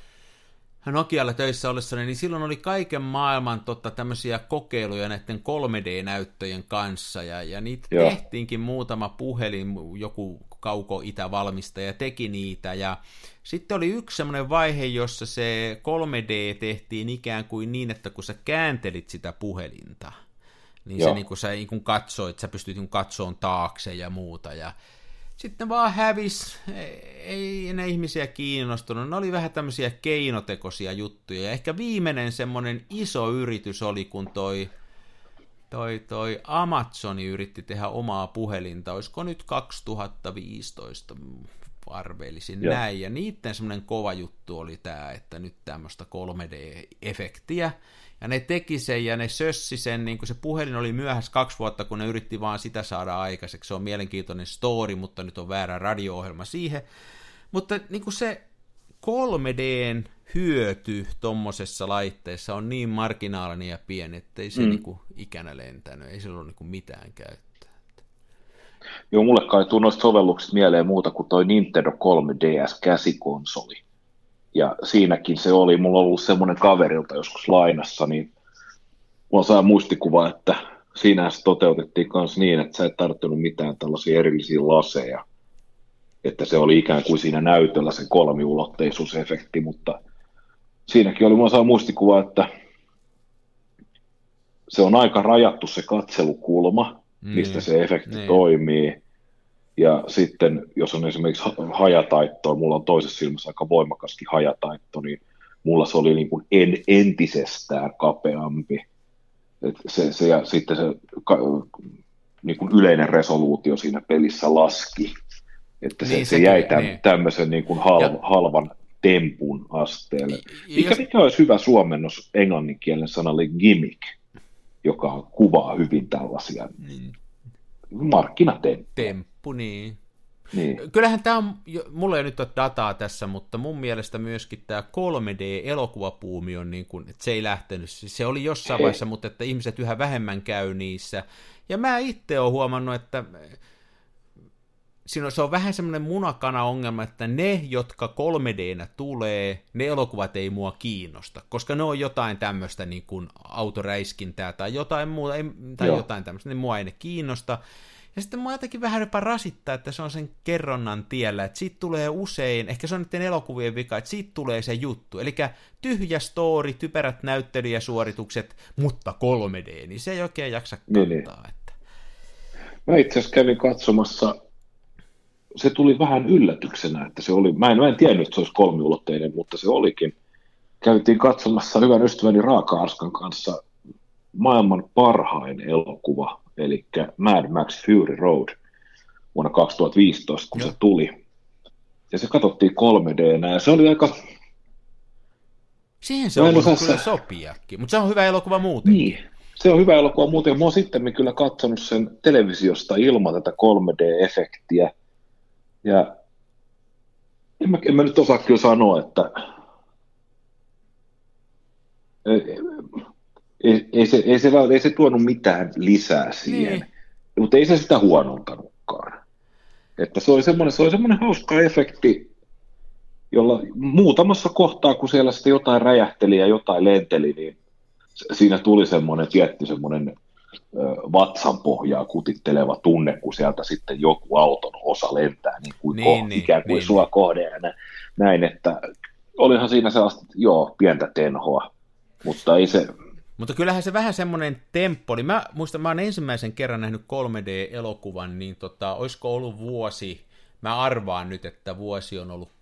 Speaker 2: Nokialla töissä ollessani, niin silloin oli kaiken maailman totta, tämmöisiä kokeiluja näiden kolme D-näyttöjen kanssa, ja, ja niitä Joo. tehtiinkin muutama puhelin, joku kauko-itävalmistaja teki niitä, ja sitten oli yksi semmoinen vaihe, jossa se kolme D tehtiin ikään kuin niin, että kun sä kääntelit sitä puhelinta, niin Joo. se niin kuin sä niin kuin katsoit, sä pystyt niin katsomaan taakse ja muuta, ja sitten vaan hävis, ei ne ihmisiä kiinnostunut, ne oli vähän tämmöisiä keinotekoisia juttuja, ja ehkä viimeinen semmoinen iso yritys oli, kun toi, toi, toi Amazoni yritti tehdä omaa puhelinta, olisiko nyt kaksituhattaviisitoista, arvelisin Joo. näin, ja niiden semmoinen kova juttu oli tämä, että nyt tämmöistä kolme D-efektiä, ja ne teki sen ja ne sössi sen, niin kuin se puhelin oli myöhässä kaksi vuotta, kun ne yritti vaan sitä saada aikaiseksi. Se on mielenkiintoinen story, mutta nyt on väärä radio-ohjelma siihen. Mutta niin kuin se kolme D:n hyöty tuommoisessa laitteessa on niin marginaalinen ja pieni, että ei se mm. niin kuin ikänä lentänyt, ei sillä ole niin kuin mitään käyttöä.
Speaker 3: Joo, mulle kai tuu noista sovelluksista mieleen muuta kuin toi Nintendo kolme D S-käsikonsoli. Ja siinäkin se oli, mulla on ollut semmoinen kaverilta joskus lainassa, niin mulla saa muistikuva, että siinä se toteutettiin myös niin, että sä et tarvittanut mitään tällaisia erillisiä laseja. Että se oli ikään kuin siinä näytöllä se kolmiulotteisuusefekti, mutta siinäkin oli, mulla saa muistikuva, että se on aika rajattu se katselukulma, mistä se efekti niin. toimii. Ja sitten, jos on esimerkiksi hajataittoa, mulla on toisessa silmässä aika voimakaskin hajataitto, niin mulla se oli niin kuin en, entisestään kapeampi. Et se, se, ja sitten se ka, niin kuin yleinen resoluutio siinä pelissä laski. Että se, niin, se, se jäi tämän, niin. tämmöisen niin kuin hal, halvan tempun asteelle. Mikä, jos... mikä olisi hyvä suomennos englanninkielen sanalle gimmick, joka kuvaa hyvin tällaisia niin. markkinatemppuja.
Speaker 2: Temppu, niin. niin. Kyllähän tämä on, mulla ei nyt ole dataa tässä, mutta mun mielestä myöskin tämä kolme D-elokuvapuumi on niin kuin, että se ei lähtenyt. Se oli jossain vaiheessa, mutta että ihmiset yhä vähemmän käy niissä. Ja mä itse olen huomannut, että siinä on, se on vähän semmoinen munakana-ongelma, että ne, jotka kolme D-nä tulee, ne elokuvat ei mua kiinnosta, koska ne on jotain tämmöistä niin kuin autoräiskintää tai jotain muuta, tai Joo. jotain tämmöistä, niin mua ei ne kiinnosta. Ja sitten mua jotenkin vähän jopa rasittaa, että se on sen kerronnan tiellä, että siitä tulee usein, ehkä se on niiden elokuvien vika, että siitä tulee se juttu. Eli tyhjä story, typerät näyttelijäsuoritukset, mutta kolme D, niin se ei oikein jaksa kattaa. Niin, niin. Että...
Speaker 3: Mä itse asiassa kävin katsomassa, se tuli vähän yllätyksenä, että se oli, mä en, mä en tiennyt, että se olisi kolmiulotteinen, mutta se olikin. Käytiin katsomassa hyvän ystäväni Raaka-Arskan kanssa maailman parhain elokuva, eli Mad Max Fury Road vuonna kaksituhattaviisitoista, kun Joo. se tuli. Ja se katsottiin kolme D-nä, ja se oli aika...
Speaker 2: Siihen se on voinut kyllä sopiakin, mutta se on hyvä elokuva muutenkin.
Speaker 3: Niin, se on hyvä elokuva muutenkin. Mä oon sitten kyllä katsonut sen televisiosta ilman tätä kolme D-efektiä. Ja en mä, en mä nyt osaa kyllä sanoa, että ei, ei, ei, se, ei, se, ei se tuonut mitään lisää siihen, niin. Mutta ei se sitä huonontanutkaan. Että se oli semmoinen, se oli semmoinen hauska efekti, jolla muutamassa kohtaa, kun siellä sitten jotain räjähteli ja jotain lenteli, niin siinä tuli semmoinen tietty semmoinen vatsan pohjaa kutitteleva tunne, kun sieltä sitten joku auton osa lentää niin kuin niin, kohti, niin, ikään kuin niin, sua kohde ja näin, että olihan siinä sellaista, joo, pientä tenhoa, mutta ei se...
Speaker 2: Mutta kyllähän se vähän semmoinen temppo oli. Mä muistan, mä oon ensimmäisen kerran nähnyt kolme D-elokuvan, niin tota, olisiko ollut vuosi, mä arvaan nyt, että vuosi on ollut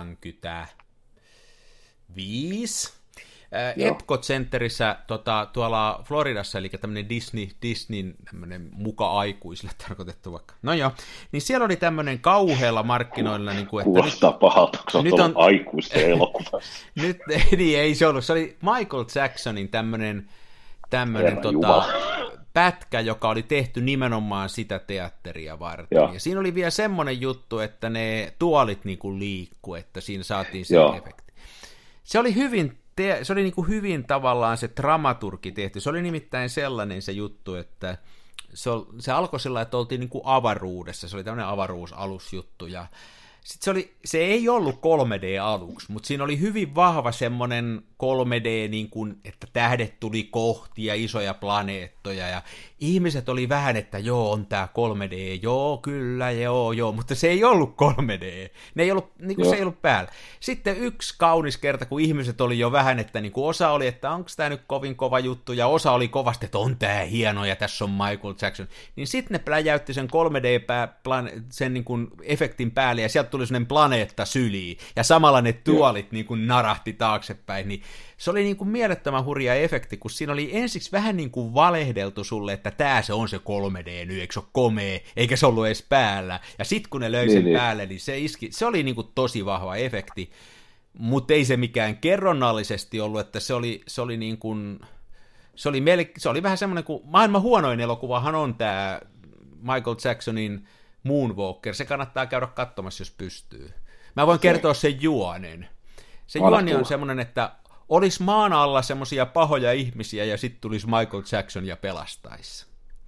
Speaker 2: kahdeksankymmentäviisi. Epcot Centerissä tota, tuolla Floridassa, eli tämmöinen Disney, Disneyn tämmöinen muka-aikuisille tarkoitettu vaikka. No joo, niin siellä oli tämmöinen kauhealla markkinoilla. Niin kuin, että
Speaker 3: kuulostaa nyt, pahalta, kun sä nyt on aikuisten elokuvassa.
Speaker 2: Nyt niin, ei se ollut, se oli Michael Jacksonin tämmöinen, tämmöinen tota, pätkä, joka oli tehty nimenomaan sitä teatteria varten. Ja, ja siinä oli vielä semmoinen juttu, että ne tuolit niin kuin liikkuu, että siinä saatiin se Joo. efekti. Se oli hyvin se oli niin kuin hyvin tavallaan se dramaturgi tehty. Se oli nimittäin sellainen se juttu, että se, se alkoi sillä, että oltiin niin kuin avaruudessa. Se oli tämmöinen avaruusalusjuttu. Ja sitten se, oli, se ei ollut kolme D-aluksi, mutta siinä oli hyvin vahva semmoinen kolme D, niin kuin, että tähdet tuli kohti ja isoja planeettoja. Ja ihmiset oli vähän, että joo, on tämä kolme D, joo, kyllä, joo, joo, mutta se ei ollut kolme D. Ne ei ollut, niin kuin se ei ollut päällä. Sitten yksi kaunis kerta, kun ihmiset oli jo vähän, että niin kuin osa oli, että onko tämä nyt kovin kova juttu, ja osa oli kovasti, että on tämä hieno, ja tässä on Michael Jackson. Niin sitten ne pläjäytti sen kolme D-sen niin kuin efektin päälle, ja sieltä tuli sellainen planeetta syliin, ja samalla ne tuolit niin kuin narahti taaksepäin, niin se oli niin kuin mielettömän hurja efekti, kun siinä oli ensiksi vähän niin kuin valehdeltu sulle, että tää se on se kolme D nyt, eikö se ole komea, eikä se ollut edes päällä. Ja sit kun ne löi sen niin, päälle, niin se iski, se oli niin kuin tosi vahva efekti, mutta ei se mikään kerronnallisesti ollut, että se oli, se oli niin kuin, se oli, melke, se oli vähän semmoinen kuin, maailman huonoin elokuvahan on tää Michael Jacksonin Moonwalker, se kannattaa käydä katsomassa, jos pystyy. Mä voin kertoa sen juonen. Se juoni on semmoinen, että olisi maan alla semmoisia pahoja ihmisiä, ja sitten tulisi Michael Jackson ja pelastaisi.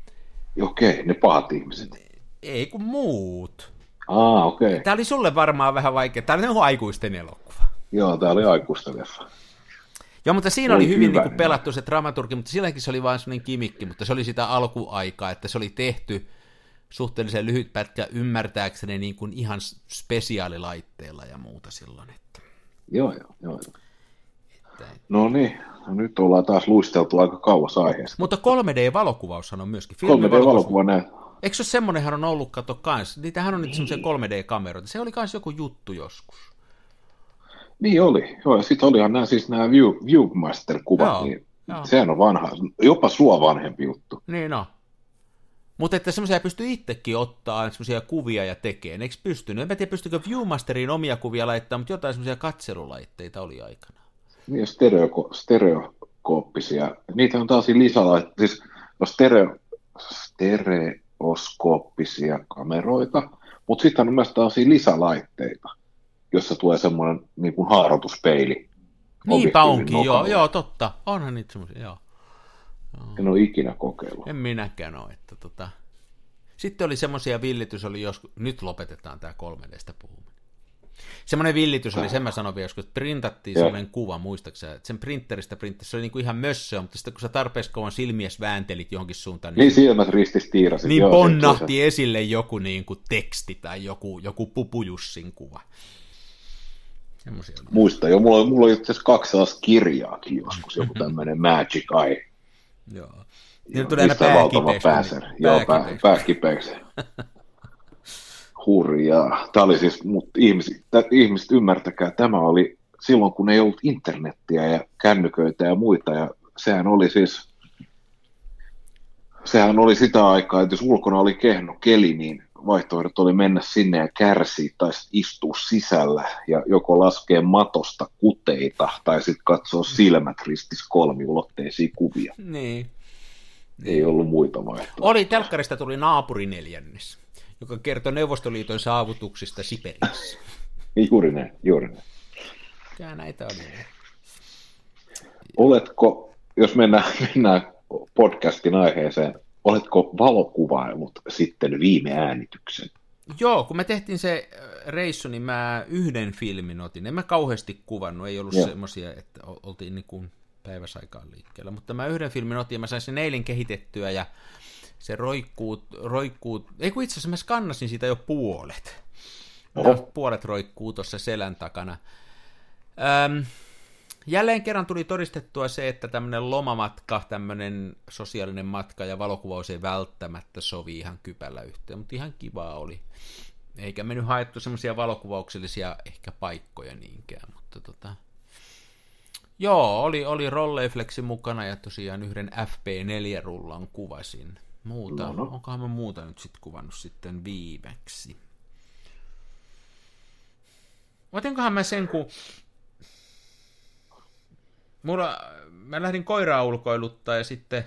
Speaker 3: Okei, ne pahat ihmiset.
Speaker 2: Ei kun muut.
Speaker 3: Aa, okei.
Speaker 2: Tämä oli sulle varmaan vähän vaikea. Tämä oli aikuisten elokuva.
Speaker 3: Joo, tämä oli aikuisten leffa.
Speaker 2: Joo, mutta siinä oli, oli hyvin niin kuin pelattu se dramaturgi, mutta silläkin se oli vain semmoinen kimikki, mutta se oli sitä alkuaikaa, että se oli tehty suhteellisen lyhyt pätkä ymmärtääkseni niin kuin ihan spesiaalilaitteilla ja muuta silloin. Että...
Speaker 3: Joo, joo, joo. No niin, no nyt ollaan taas luisteltu aika kauas aiheesta.
Speaker 2: Mutta kolme D-valokuvaushan on myöskin.
Speaker 3: kolme D-valokuva,
Speaker 2: Eikö se ole semmonenhan on ollut, kato kans, niitähän on nyt semmoisia kolme D-kameroita, se oli kans joku juttu joskus.
Speaker 3: Niin oli, joo, ja sitten olihan nämä siis nämä View, Viewmaster-kuvat, joo, niin joo. Sehän on vanha, jopa sua vanhempi juttu.
Speaker 2: Niin on. Mutta että semmoisia pystyy itsekin ottaa semmoisia kuvia ja tekemään, eikö pystynyt? En mä tiedä, pystykö Viewmasteriin omia kuvia laittaa, mutta jotain semmoisia katselulaitteita oli aikana.
Speaker 3: Niin, stereo, stereokooppisia. Niitä on taas lisälaitteita, siis stereo, stereoskooppisia kameroita, mutta sitten on myös taas lisälaitteita, jossa tulee semmoinen niin kuin haarotuspeili.
Speaker 2: Niinpä onkin, joo, joo, totta. Onhan niitä semmoisia, joo.
Speaker 3: En ole ikinä kokeillut.
Speaker 2: En minäkään ole. Että tota... Sitten oli semmoisia villitys, oli joskus, nyt lopetetaan tämä kolme D:stä puhuminen. Semmoinen villitys oli, sen mä sanoin vielä joskus, että printattiin semmoinen kuva, muistaakseni, että sen printeristä printtasi, se oli niin kuin ihan mössöä, mutta sitten kun sä tarpeeksi kauan silmiäs vääntelit johonkin suuntaan,
Speaker 3: niin, niin silmät ristis tiirasit.
Speaker 2: Niin joo, ponnahti se esille joku niin kuin teksti tai joku, joku Pupujussin kuva.
Speaker 3: Muista jo, mulla, mulla oli itse asiassa kaksi sellaista kirjaakin joskus, joku tämmöinen Magic Eye.
Speaker 2: Joo. Niin tulee aina pääkipeäksi.
Speaker 3: Joo, pääkipeäksi. Hurjaa. Tämä oli siis, mutta ihmiset, ihmiset ymmärtäkää, tämä oli silloin, kun ei ollut internettiä ja kännyköitä ja muita, ja sehän oli siis, sehän oli sitä aikaa, että jos ulkona oli kehno keli, niin vaihtoehdot oli mennä sinne ja kärsiä tai istua sisällä ja joko laskea matosta kuteita tai sitten katsoa silmät ristis kolmiulotteisia kuvia.
Speaker 2: Niin.
Speaker 3: Ei ollut muita vaihtoehtoja.
Speaker 2: Oli, telkkarista tuli Naapurineljännes, joka kertoi Neuvostoliiton saavutuksista Siperiassa.
Speaker 3: Juuri näin, juuri näin.
Speaker 2: Mikä näitä oli?
Speaker 3: Oletko, jos mennään, mennään podcastin aiheeseen, oletko valokuvaillut sitten viime äänityksen?
Speaker 2: Joo, kun me tehtiin se reissu, niin mä yhden filmin otin. En mä kauheasti kuvannut, ei ollut semmoisia, että oltiin niin kuin päiväsaikaan liikkeellä, mutta mä yhden filmin otin ja mä sain sen eilen kehitettyä ja se roikkuu, roikkuu ei kun itse asiassa mä skannasin siitä jo puolet. Puolet roikkuu tuossa selän takana. Öm, Jälleen kerran tuli todistettua se, että tämmöinen lomamatka, tämmöinen sosiaalinen matka ja valokuvaus ei välttämättä sovi ihan kypällä yhteen, mutta ihan kivaa oli. Eikä me nyt haettu semmoisia valokuvauksellisia ehkä paikkoja niinkään, mutta tota... Joo, oli, oli Rolleiflexi mukana ja tosiaan yhden F P neljä rullan kuvasin. Muuta, no, no. Onkohan mä muuta nyt sitten kuvannut sitten viimeksi? Otinkohan mä sen, kun... Mulla, mä lähdin koiraa ulkoiluttaa ja sitten,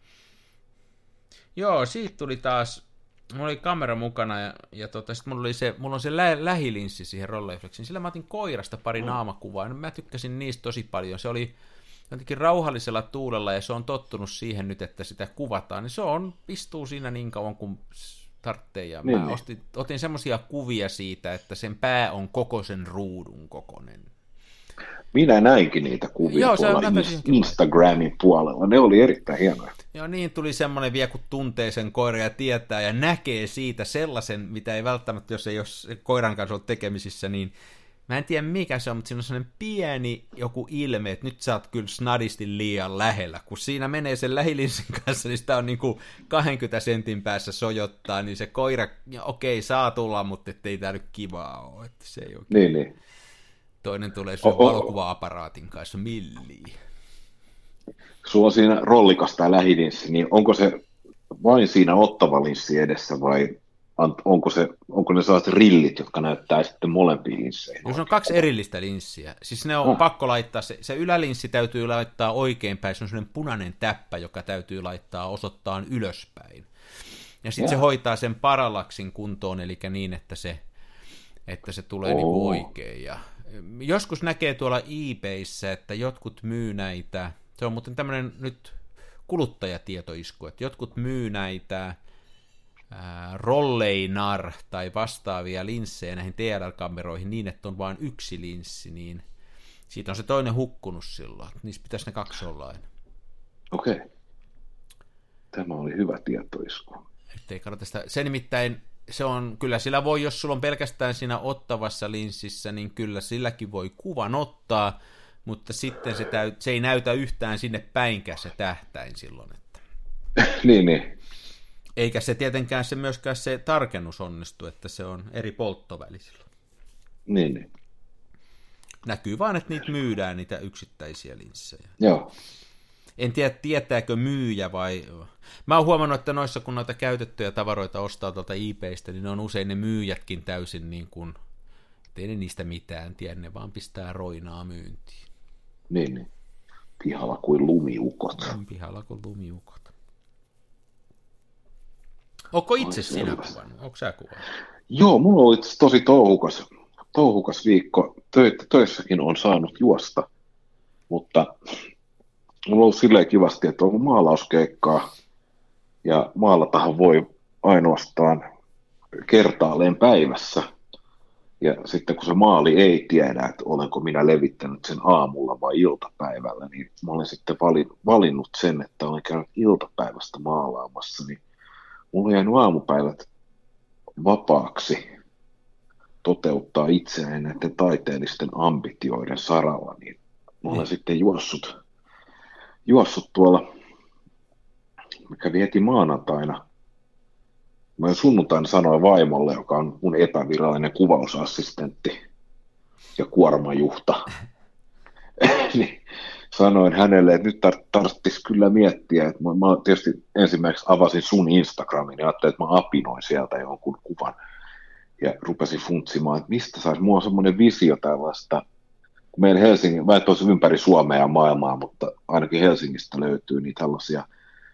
Speaker 2: joo, siitä tuli taas, mulla oli kamera mukana ja, ja tota, sit mulla, oli se, mulla on se lä- lähilinssi siihen Rolleiflexiin, sillä mä otin koirasta pari naamakuvaa, ja mä tykkäsin niistä tosi paljon, se oli jotenkin rauhallisella tuulella ja se on tottunut siihen nyt, että sitä kuvataan, niin se on, istuu siinä niin kauan kuin tarvitsee ja niin, mä ostin, otin semmosia kuvia siitä, että sen pää on koko sen ruudun kokoinen.
Speaker 3: Minä näinkin niitä kuvia Joo, tuolla Instagramin puolella. Ne oli erittäin hienoja.
Speaker 2: Joo, niin tuli semmoinen vielä, kun tuntee sen koiran ja tietää ja näkee siitä sellaisen, mitä ei välttämättä, jos ei ole koiran kanssa ole tekemisissä, niin mä en tiedä mikä se on, mutta siinä on sellainen pieni joku ilme, että nyt sä oot kyllä snadisti liian lähellä. Kun siinä menee sen lähilinssin kanssa, niin sitä on niin kuin kaksikymmentä sentin päässä sojottaa, niin se koira, okei, saa tulla, mutta ettei tää nyt kivaa ole. Että se ei
Speaker 3: niin, niin.
Speaker 2: Toinen tulee sun valokuva-aparaatin kanssa milliin.
Speaker 3: Sulla on siinä rollikas tää lähilinssi, niin onko se vain siinä ottava linssi edessä vai onko, se, onko ne sellaiset rillit, jotka näyttää sitten molempia linssejä?
Speaker 2: No, se on kaksi erillistä linssiä. Siis ne on oh. pakko laittaa, se, se ylälinssi täytyy laittaa oikeinpäin, se on sellainen punainen täppä, joka täytyy laittaa osoittaan ylöspäin. Ja sitten se hoitaa sen parallaksin kuntoon, eli niin, että se, että se tulee oh. niin kuin oikein. Ja joskus näkee tuolla eBayssä, että jotkut myy näitä, se on muuten tämmöinen nyt kuluttajatietoisku, että jotkut myy näitä ää, Rolleinar tai vastaavia linssejä näihin T L L-kameroihin niin, että on vain yksi linssi, niin siitä on se toinen hukkunut silloin. Niissä pitäisi ne kaksi olla aina.
Speaker 3: Okei. Okay. Tämä oli hyvä tietoisku.
Speaker 2: Ettei kannata sitä, se nimittäin se on, kyllä sillä voi, jos sulla on pelkästään siinä ottavassa linssissä, niin kyllä silläkin voi kuvan ottaa, mutta sitten se, täyt, se ei näytä yhtään sinne päinkään se tähtäin silloin. Että...
Speaker 3: niin, niin.
Speaker 2: Eikä se tietenkään se myöskään se tarkennus onnistu, että se on eri polttovälisillä.
Speaker 3: Niin, niin.
Speaker 2: Näkyy vaan, että niitä myydään, niitä yksittäisiä linssejä.
Speaker 3: Joo.
Speaker 2: En tiedä, tietääkö myyjä vai... Mä oon huomannut, että noissa kun noita käytettyjä tavaroita ostaa tuolta eBaystä, niin ne on usein ne myyjätkin täysin niin kuin... Ei ne niistä mitään tiedä, ne vaan pistää roinaa myyntiin.
Speaker 3: Niin, niin. Pihalla kuin lumiukot.
Speaker 2: On pihalla kuin lumiukot. Onko itse sinä kuvannut? Onko sä kuvannut?
Speaker 3: Joo, mulla oli tosi touhukas, touhukas viikko. Tö- töissäkin on saanut juosta, mutta mulla on ollut silleen kivasti, että on ollut maalauskeikkaa, ja maalatahan voi ainoastaan kertaalleen päivässä. Ja sitten kun se maali ei tiedä, että olenko minä levittänyt sen aamulla vai iltapäivällä, niin mä olen sitten valinnut sen, että olen käynyt iltapäivästä maalaamassa, niin mulla on jäänyt aamupäivät vapaaksi toteuttaa itseäni näiden taiteellisten ambitioiden saralla, niin mä olen mm. sitten juossut, juossut tuolla, mä kävin heti maanantaina. Mä sunnuntaina sanoin vaimolle, joka on mun epävirallinen kuvausassistentti ja kuormajuhta, niin sanoin hänelle, että nyt tar- tarvitsisi kyllä miettiä, että mä, mä tietysti ensimmäiseksi avasin sun Instagramin ja ajattelin, että mä apinoin sieltä jonkun kuvan ja rupesin funtsimaan, että mistä saisi, mulla on semmoinen visio tällaista, kun meillä Helsingin, mä en tosi ympäri Suomea ja maailmaa, mutta ainakin Helsingistä löytyy niin tällaisia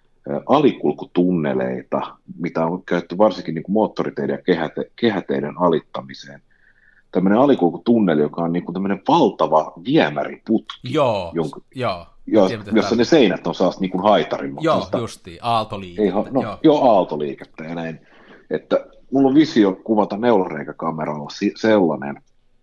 Speaker 3: alikulkutunneleita, mitä on käytetty varsinkin niin kuin moottoriteiden ja kehäte, kehäteiden alittamiseen. Tämmöinen alikulkutunneli, joka on niin kuin tämmöinen valtava viemäriputki,
Speaker 2: joo,
Speaker 3: jonka,
Speaker 2: joo,
Speaker 3: jos, jossa ne seinät on saas niin kuin haitarin.
Speaker 2: Joo, sitä, justiin, aaltoliikettä.
Speaker 3: Ei, no, joo. joo, aaltoliikettä ja näin. Että mulla on visio kuvata neulareikäkameralla sellainen,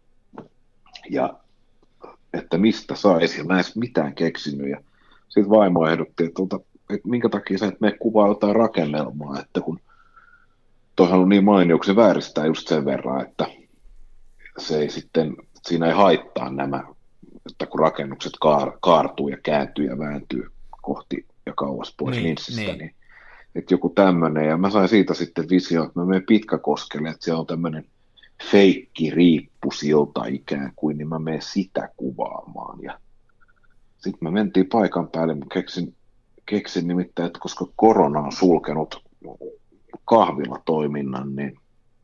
Speaker 3: ja että mistä saisi, ja mä en edes mitään keksinyt, ja sitten vaimo ehdotti, että tuota, että minkä takia sä et mene kuvaa jotain rakennelmaa, että kun toihan on niin mainio, kun se vääristää just sen verran, että se ei sitten, siinä ei haittaa nämä, että kun rakennukset kaar, kaartuu ja kääntyy ja vääntyy kohti ja kauas pois niin, linssistä, niin. niin että joku tämmöinen, ja mä sain siitä sitten visio, että mä menen Pitkäkoskelle, että siellä on tämmöinen feikki riippusilta ikään kuin, niin mä menen sitä kuvaamaan, ja sitten me mentiin paikan päälle, mä keksin Keksin nimittäin, että koska korona on sulkenut kahvilatoiminnan, niin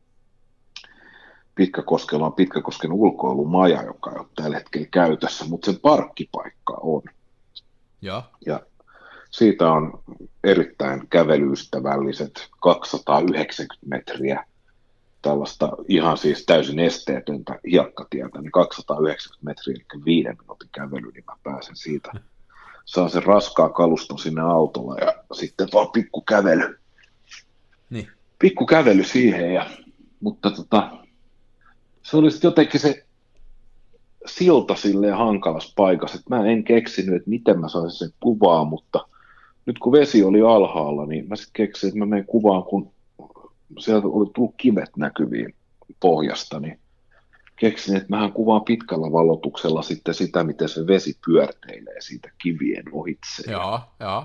Speaker 3: Pitkäkoskella on Pitkäkosken ulkoilumaja, joka ei ole tällä hetkellä käytössä, mutta sen parkkipaikka on.
Speaker 2: Ja,
Speaker 3: ja siitä on erittäin kävelyystävälliset kaksisataayhdeksänkymmentä metriä tällaista ihan siis täysin esteetöntä hiekkatietä, niin kaksisataayhdeksänkymmentä metriä, eli viiden minuutin kävely, niin mä pääsen siitä. Saan sen raskaa kaluston sinne autolla ja sitten vaan pikku kävely.
Speaker 2: Niin.
Speaker 3: Pikku kävely siihen, ja, mutta tota, se oli sitten jotenkin se silta silleen hankalassa paikassa, että mä en keksinyt, että miten mä saisin sen kuvaa, mutta nyt kun vesi oli alhaalla, niin mä sitten keksin, että mä menen kuvaan, kun sieltä oli tullut kivet näkyviin pohjasta, niin keksin, että mähän kuvaan pitkällä valotuksella sitten sitä, miten se vesi pyörteilee siitä kivien ohitse.
Speaker 2: Joo, joo.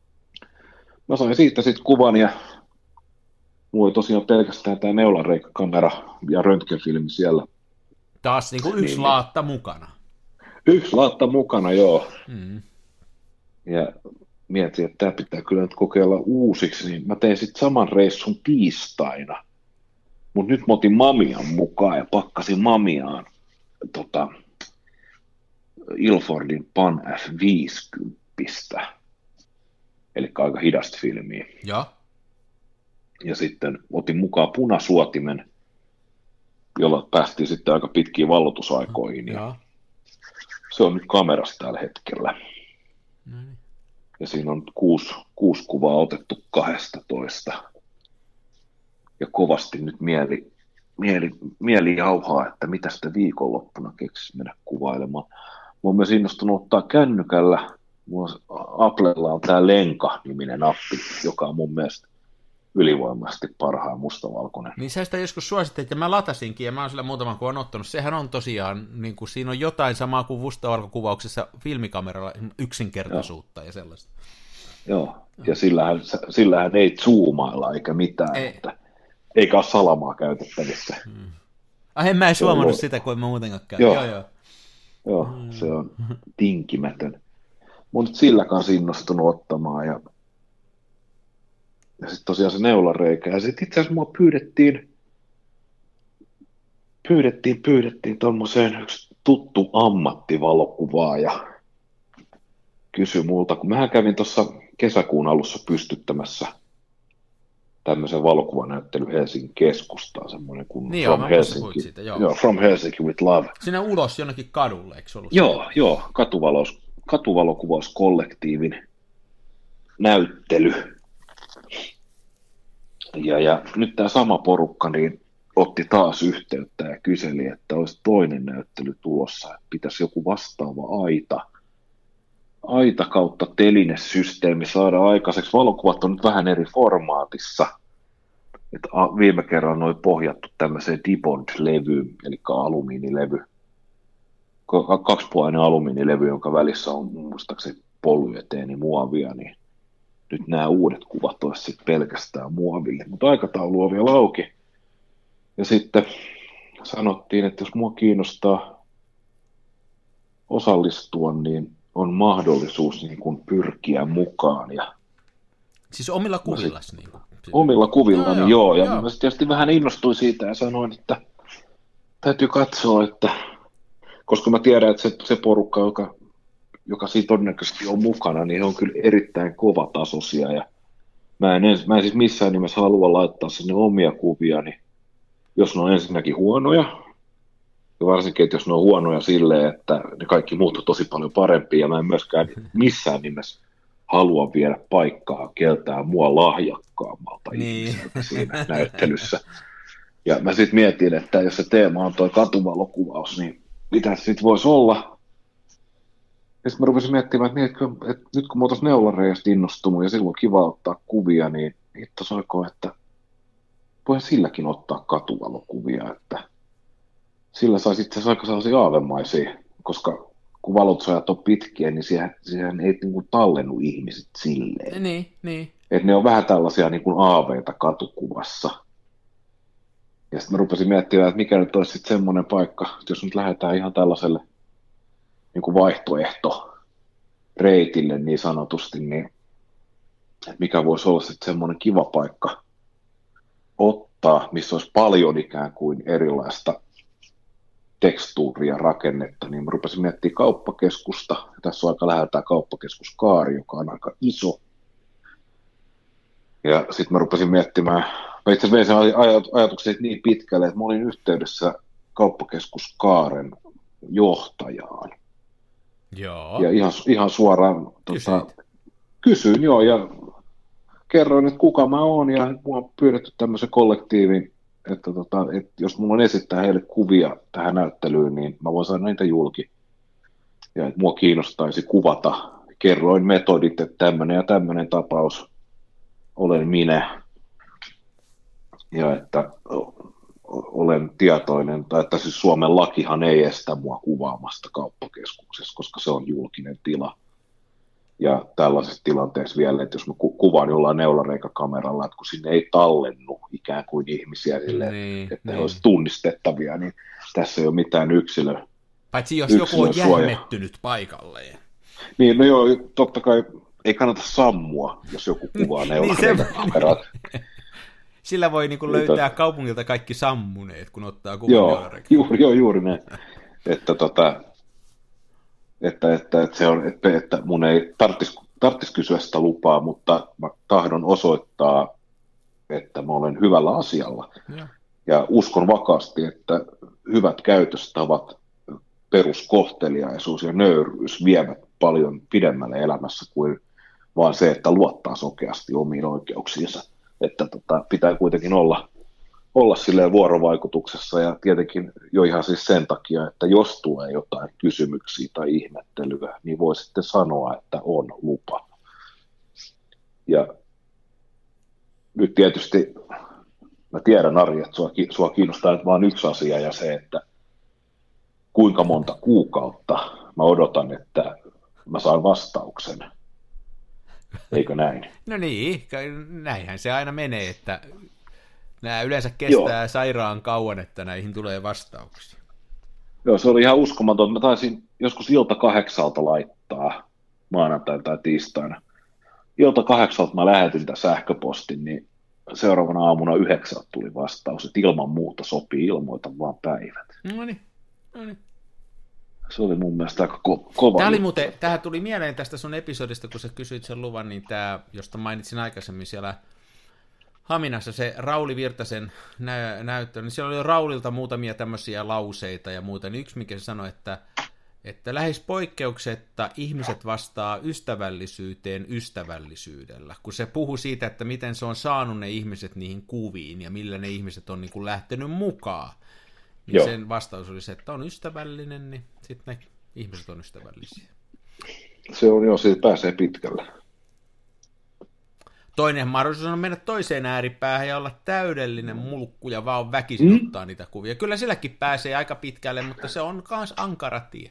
Speaker 3: Mä sain siitä sitten kuvan, ja mulla oli tosiaan pelkästään tämä neulareikkakamera ja röntgenfilmi siellä.
Speaker 2: Taas niin kuin yksi niin, laatta mukana.
Speaker 3: Yksi laatta mukana, joo.
Speaker 2: Mm.
Speaker 3: Ja mietin, että tämä pitää kyllä nyt kokeilla uusiksi, niin mä tein sitten saman reissun tiistaina. Mutta nyt mä otin Mamian mukaan ja pakkasin Mamiaan tota, Ilfordin Pan F viisikymmentä, eli aika hidasta filmiä.
Speaker 2: Ja,
Speaker 3: ja sitten otin mukaan punasuotimen, jolla päästiin sitten aika pitkiin vallotusaikoihin. Ja se on nyt kamerassa tällä hetkellä. Mm. Ja siinä on kuusi, kuusi kuvaa otettu kahdestatoista. Ja kovasti nyt mieli, mieli, mieli jauhaa, että mitä sitä viikonloppuna keksisi mennä kuvailemaan. Mä oon myös innostunut ottaa kännykällä. Mulla Applella on tää Lenka-niminen appi, joka on mun mielestä ylivoimaisesti parhaan mustavalkoinen.
Speaker 2: Niin sä sitä joskus suosittelit, ja mä latasinkin, ja mä oon sillä muutaman kuvan ottanut. Sehän on tosiaan, niin kuin siinä on jotain samaa kuin mustavalkokuvauksessa filmikameralla, yksinkertaisuutta Joo. ja sellaista.
Speaker 3: Joo, Ja sillähän, sillähän ei zoomailla eikä mitään, ei. Että, eikä ole salamaa käytettävissä.
Speaker 2: Hmm. Ah, en mä edes huomannut sitä, kun en mä muutenkaan käy.
Speaker 3: Joo, joo, joo. joo hmm. Se on tinkimätön. Mä oon nyt sillä kanssa innostunut ottamaan. Ja, ja sitten tosiaan se neulareikä. Ja sitten itse asiassa mua pyydettiin, pyydettiin, pyydettiin tommoseen yksi tuttu ammattivalokuvaaja. Kysyi multa, kun mähän kävin tuossa kesäkuun alussa pystyttämässä tämmöisen valokuvanäyttelyn Helsingin keskustaan, semmoinen kuin
Speaker 2: niin
Speaker 3: From,
Speaker 2: joo,
Speaker 3: Helsinki.
Speaker 2: Siitä, joo.
Speaker 3: Joo, From Helsinki with Love.
Speaker 2: Sinä ulos jonnekin kadulle, eikö ollut?
Speaker 3: Joo, joo, katuvalaus, katuvalokuvauskollektiivin näyttely. Ja, ja nyt tämä sama porukka niin otti taas yhteyttä ja kyseli, että olisi toinen näyttely tulossa, että pitäisi joku vastaava aita. aita kautta telinesysteemi saada aikaiseksi. Valokuvat on nyt vähän eri formaatissa. Että viime kerran on pohjattu tämmöiseen Dibond-levyyn, eli alumiinilevy. Kaksipuolinen alumiinilevy, jonka välissä on muistaakseni polyeteenimuovia, niin nyt nämä uudet kuvat olisi sitten pelkästään muoville. Mutta aikataulu on vielä auki. Ja sitten sanottiin, että jos mua kiinnostaa osallistua, niin on mahdollisuus niin kuin pyrkiä mukaan. Ja
Speaker 2: siis omilla kuvillasi? Sit, niin kuin.
Speaker 3: Omilla kuvillani, joo. joo. Ja joo. Mä tietysti vähän innostuin siitä ja sanoin, että täytyy katsoa, että koska mä tiedän, että se, se porukka, joka, joka siitä todennäköisesti on mukana, niin he on kyllä erittäin kovatasoisia. Ja mä en, mä en siis missään nimessä halua laittaa sinne omia kuvia, niin jos ne on ensinnäkin huonoja, ja varsinkin, että jos ne on huonoja silleen, että ne kaikki muut on tosi paljon parempia, ja mä en myöskään missään nimessä halua viedä paikkaa keltään mua lahjakkaammalta niin. ihmiseltä siinä näyttelyssä. Ja mä sitten mietin, että jos se teema on toi katuvalokuvaus, niin mitä se sitten voisi olla? Ja sitten mä rupesin miettimään, että, niin, että, että nyt kun mä oon tuossa neulareijasta innostunut ja silloin kiva ottaa kuvia, niin hitto soiko, että voin silläkin ottaa katuvalokuvia, että sillä saisi itse asiassa aika sellaisia aavemaisia, koska kun valotusajat on pitkiä, niin siihen, siihen ei niin kuin tallennu ihmiset silleen.
Speaker 2: Niin, niin.
Speaker 3: Että ne on vähän tällaisia niin kuin aaveita katukuvassa. Ja sitten mä rupesin miettimään, että mikä nyt olisi sitten semmoinen paikka, että jos nyt lähdetään ihan tällaiselle niin kuin vaihtoehtoreitille niin sanotusti, niin että mikä voisi olla sitten semmoinen kiva paikka ottaa, missä olisi paljon ikään kuin erilaista tekstuuria, rakennetta, niin mä rupesin miettimään kauppakeskusta. Ja tässä on aika lähellä tämä kauppakeskus Kaari, joka on aika iso. Ja sitten mä rupesin miettimään, mä itse vein sen ajatuksen niin pitkälle, että mä olin yhteydessä kauppakeskus Kaaren johtajaan.
Speaker 2: Joo.
Speaker 3: Ja ihan, ihan suoraan tota, kysyin joo, ja kerroin, että kuka mä oon, ja mua on pyydetty tämmöisen kollektiivin, että, tota, että jos mulla on esittää heille kuvia tähän näyttelyyn, niin mä voin saada niitä julki. Ja että mua kiinnostaisi kuvata. Kerroin metodit, että tämmöinen ja tämmöinen tapaus olen minä. Ja että olen tietoinen, tai että siis Suomen lakihan ei estä mua kuvaamasta kauppakeskuksessa, koska se on julkinen tila. Ja tällaisessa tilanteessa vielä, että jos mä ku- kuvaan jollain neulareikakameralla, että kun sinne ei tallennu ikään kuin ihmisiä silleen, niin, että niin. ne olisi tunnistettavia, niin tässä ei ole mitään yksilö.
Speaker 2: Paitsi jos joku on jähmettynyt paikalleen.
Speaker 3: Niin, no joo, totta kai ei kannata sammua, jos joku kuvaa neulareikakamerat.
Speaker 2: Sillä voi niinku löytää niin, kaupungilta kaikki sammuneet, kun ottaa kuvan neulareikakamerat.
Speaker 3: Joo, joo, juuri näin. Että tota... Että, että, että, se on, että, että mun ei tarvitsisi, tarvitsisi kysyä sitä lupaa, mutta mä tahdon osoittaa, että mä olen hyvällä asialla. Ja, ja uskon vakaasti, että hyvät käytöstavat, peruskohteliaisuus ja nöyryys vievät paljon pidemmälle elämässä kuin vaan se, että luottaa sokeasti omiin oikeuksiinsa. Että tota, pitää kuitenkin olla olla silleen vuorovaikutuksessa ja tietenkin jo ihan siis sen takia, että jos tulee jotain kysymyksiä tai ihmettelyä, niin voi sitten sanoa, että on lupa. Ja nyt tietysti mä tiedän, Ari, että sua, sua kiinnostaa nyt vaan yksi asia ja se, että kuinka monta kuukautta mä odotan, että mä saan vastauksen. Eikö näin?
Speaker 2: No niin, näinhän se aina menee, että nämä yleensä kestää Joo. sairaan kauan, että näihin tulee vastauksia.
Speaker 3: Joo, se oli ihan uskomaton. Mä taisin joskus ilta kahdeksalta laittaa maanantaina tai tiistaina. Ilta kahdeksalta mä lähetin tämän sähköpostin, niin seuraavana aamuna yhdeksältä tuli vastaus, että ilman muuta sopii, ilmoita vaan päivät.
Speaker 2: No niin, no niin.
Speaker 3: Se oli mun mielestä aika ko- kova.
Speaker 2: Tämä oli muuten, tähän tuli mieleen tästä sun episodista, kun sä kysyit sen luvan, niin tämä, josta mainitsin aikaisemmin siellä Haminassa, se Rauli Virtasen nä- näyttö, niin siellä oli Raulilta muutamia tämmöisiä lauseita ja muuta, niin yksi mikä se sanoi, että, että lähes poikkeuksetta ihmiset vastaa ystävällisyyteen ystävällisyydellä, kun se puhui siitä, että miten se on saanut ne ihmiset niihin kuviin ja millä ne ihmiset on niin kuin lähtenyt mukaan. Niin sen vastaus oli se, että on ystävällinen, niin sitten ne ihmiset on ystävällisiä.
Speaker 3: Se on jo, siitä pääsee pitkälle.
Speaker 2: Toinen mahdollisuus on mennä toiseen ääripäähän ja olla täydellinen mulkku ja vaan väkisin mm. ottaa niitä kuvia. Kyllä silläkin pääsee aika pitkälle, mutta se on myös ankara tie.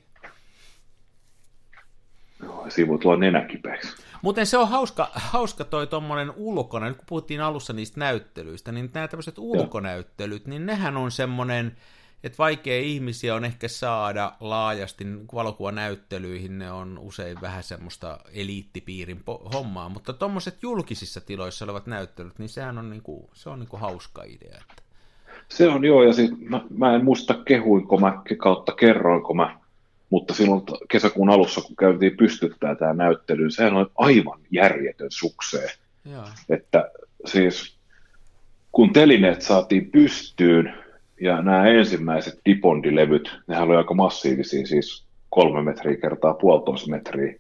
Speaker 3: Joo, siinä voi tulla nenäkipeäksi.
Speaker 2: Muuten se on hauska, hauska toi tommonen ulkona, nyt kun puhuttiin alussa niistä näyttelyistä, niin nämä tämmöiset ulkonäyttelyt, niin nehän on semmoinen, että vaikea ihmisiä on ehkä saada laajasti valokuvanäyttelyihin, ne on usein vähän semmoista eliittipiirin hommaa, mutta tommoset julkisissa tiloissa olevat näyttelyt, niin sehän on niinku, se on niinku hauska idea. Että...
Speaker 3: Se on joo, ja siis mä, mä en muista kehuinko mä kautta kerroinko mä, mutta silloin kesäkuun alussa, kun käytiin pystyttää tämä näyttely, sehän oli aivan järjetön sukseen.
Speaker 2: Joo.
Speaker 3: Että siis kun telineet saatiin pystyyn, ja nämä ensimmäiset Dipondi-levyt, nehän oli aika massiivisia, siis kolme metriä kertaa puolitoista metriä,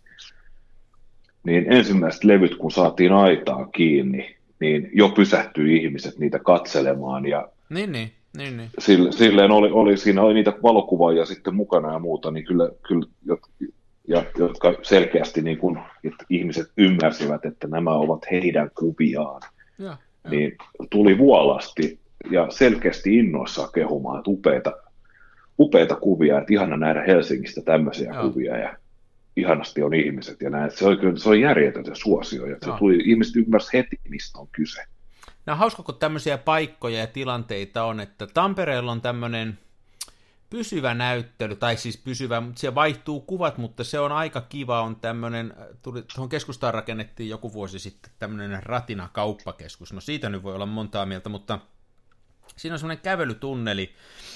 Speaker 3: niin ensimmäiset levyt, kun saatiin aitaa kiinni, niin jo pysähtyi ihmiset niitä katselemaan, ja
Speaker 2: niin, niin. Niin, niin.
Speaker 3: Silleen oli, oli, siinä oli niitä valokuvaajia sitten mukana ja muuta, niin kyllä, kyllä ja, jotka selkeästi niin kun, että ihmiset ymmärsivät, että nämä ovat heidän kuviaan,
Speaker 2: ja,
Speaker 3: niin ja. Tuli vuolasti ja selkeästi innoissaan kehumaan, että upeita, upeita kuvia, että ihana nähdä Helsingistä tämmöisiä ja. Kuvia ja ihanasti on ihmiset ja näin. Se on, se on järjetön se suosio ja se tuli, ihmiset ymmärsivät heti, mistä on kyse.
Speaker 2: No hauska, kun tämmöisiä paikkoja ja tilanteita on, että Tampereella on tämmöinen pysyvä näyttely, tai siis pysyvä, mutta siellä vaihtuu kuvat, mutta se on aika kiva, on tämmöinen, tuohon keskustaan rakennettiin joku vuosi sitten tämmöinen Ratina kauppakeskus, no siitä nyt voi olla montaa mieltä, mutta siinä on semmoinen kävelytunneli,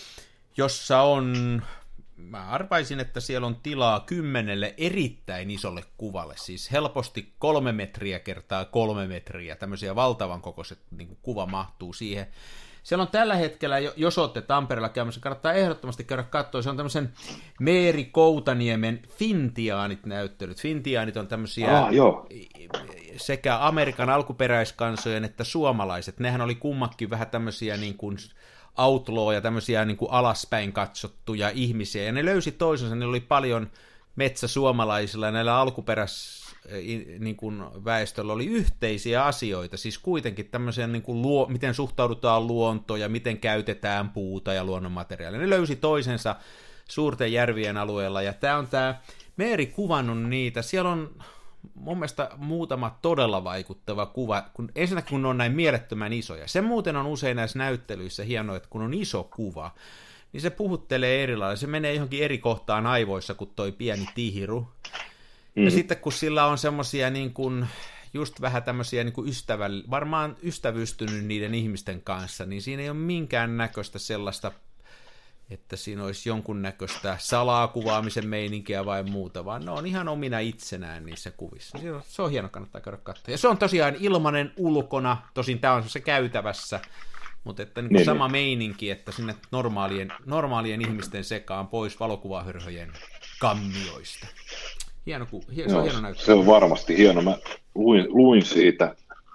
Speaker 2: jossa on, mä arvaisin, että siellä on tilaa kymmenelle erittäin isolle kuvalle, siis helposti kolme metriä kertaa kolme metriä, tämmöisiä valtavan kokoiset niin kuin kuva mahtuu siihen. Siellä on tällä hetkellä, jos olette Tampereella käymässä, kannattaa ehdottomasti käydä katsoa, se on tämmöisen Meeri Koutaniemen Fintiaanit-näyttelyt. Fintiaanit on tämmöisiä
Speaker 3: ah,
Speaker 2: sekä Amerikan alkuperäiskansojen että suomalaiset, nehän oli kummakin vähän tämmöisiä niin kuin outlaw ja tämmöisiä niin kuin alaspäin katsottuja ihmisiä, ja ne löysi toisensa, ne oli paljon metsäsuomalaisilla, ja näillä alkuperäis niin kuin väestöllä oli yhteisiä asioita, siis kuitenkin tämmöisiä, niin kuin luo, miten suhtaudutaan luontoon ja miten käytetään puuta ja luonnonmateriaalia. Ne löysi toisensa suurten järvien alueella, ja tämä on tämä Meeri kuvannut niitä, siellä on mun mielestä muutama todella vaikuttava kuva, kun, ensinnäkin kun ne on näin mielettömän isoja. Se muuten on usein näissä näyttelyissä hienoa, että kun on iso kuva, niin se puhuttelee eri lailla. Se menee johonkin eri kohtaan aivoissa kuin toi pieni tihiru. Mm. Ja sitten kun sillä on semmoisia niin kuin, just vähän tämmöisiä niin kuin ystäväll... varmaan ystävystynyt niiden ihmisten kanssa, niin siinä ei ole minkään näköistä sellaista, että siinä olisi jonkunnäköistä salakuvaamisen meininkiä vai muuta, vaan ne on ihan omina itsenään niissä kuvissa. Se on hieno, kannattaa käydä katsoa. Ja se on tosiaan ilmanen ulkona, tosin tämä on se käytävässä, mutta että niin kuin sama meininki, että sinne normaalien, normaalien ihmisten sekaan pois valokuvahörhöjen kammioista. Hieno, hieno,
Speaker 3: Joo,
Speaker 2: se on hieno näyttely.
Speaker 3: Se on varmasti hieno. Mä luin, luin siitä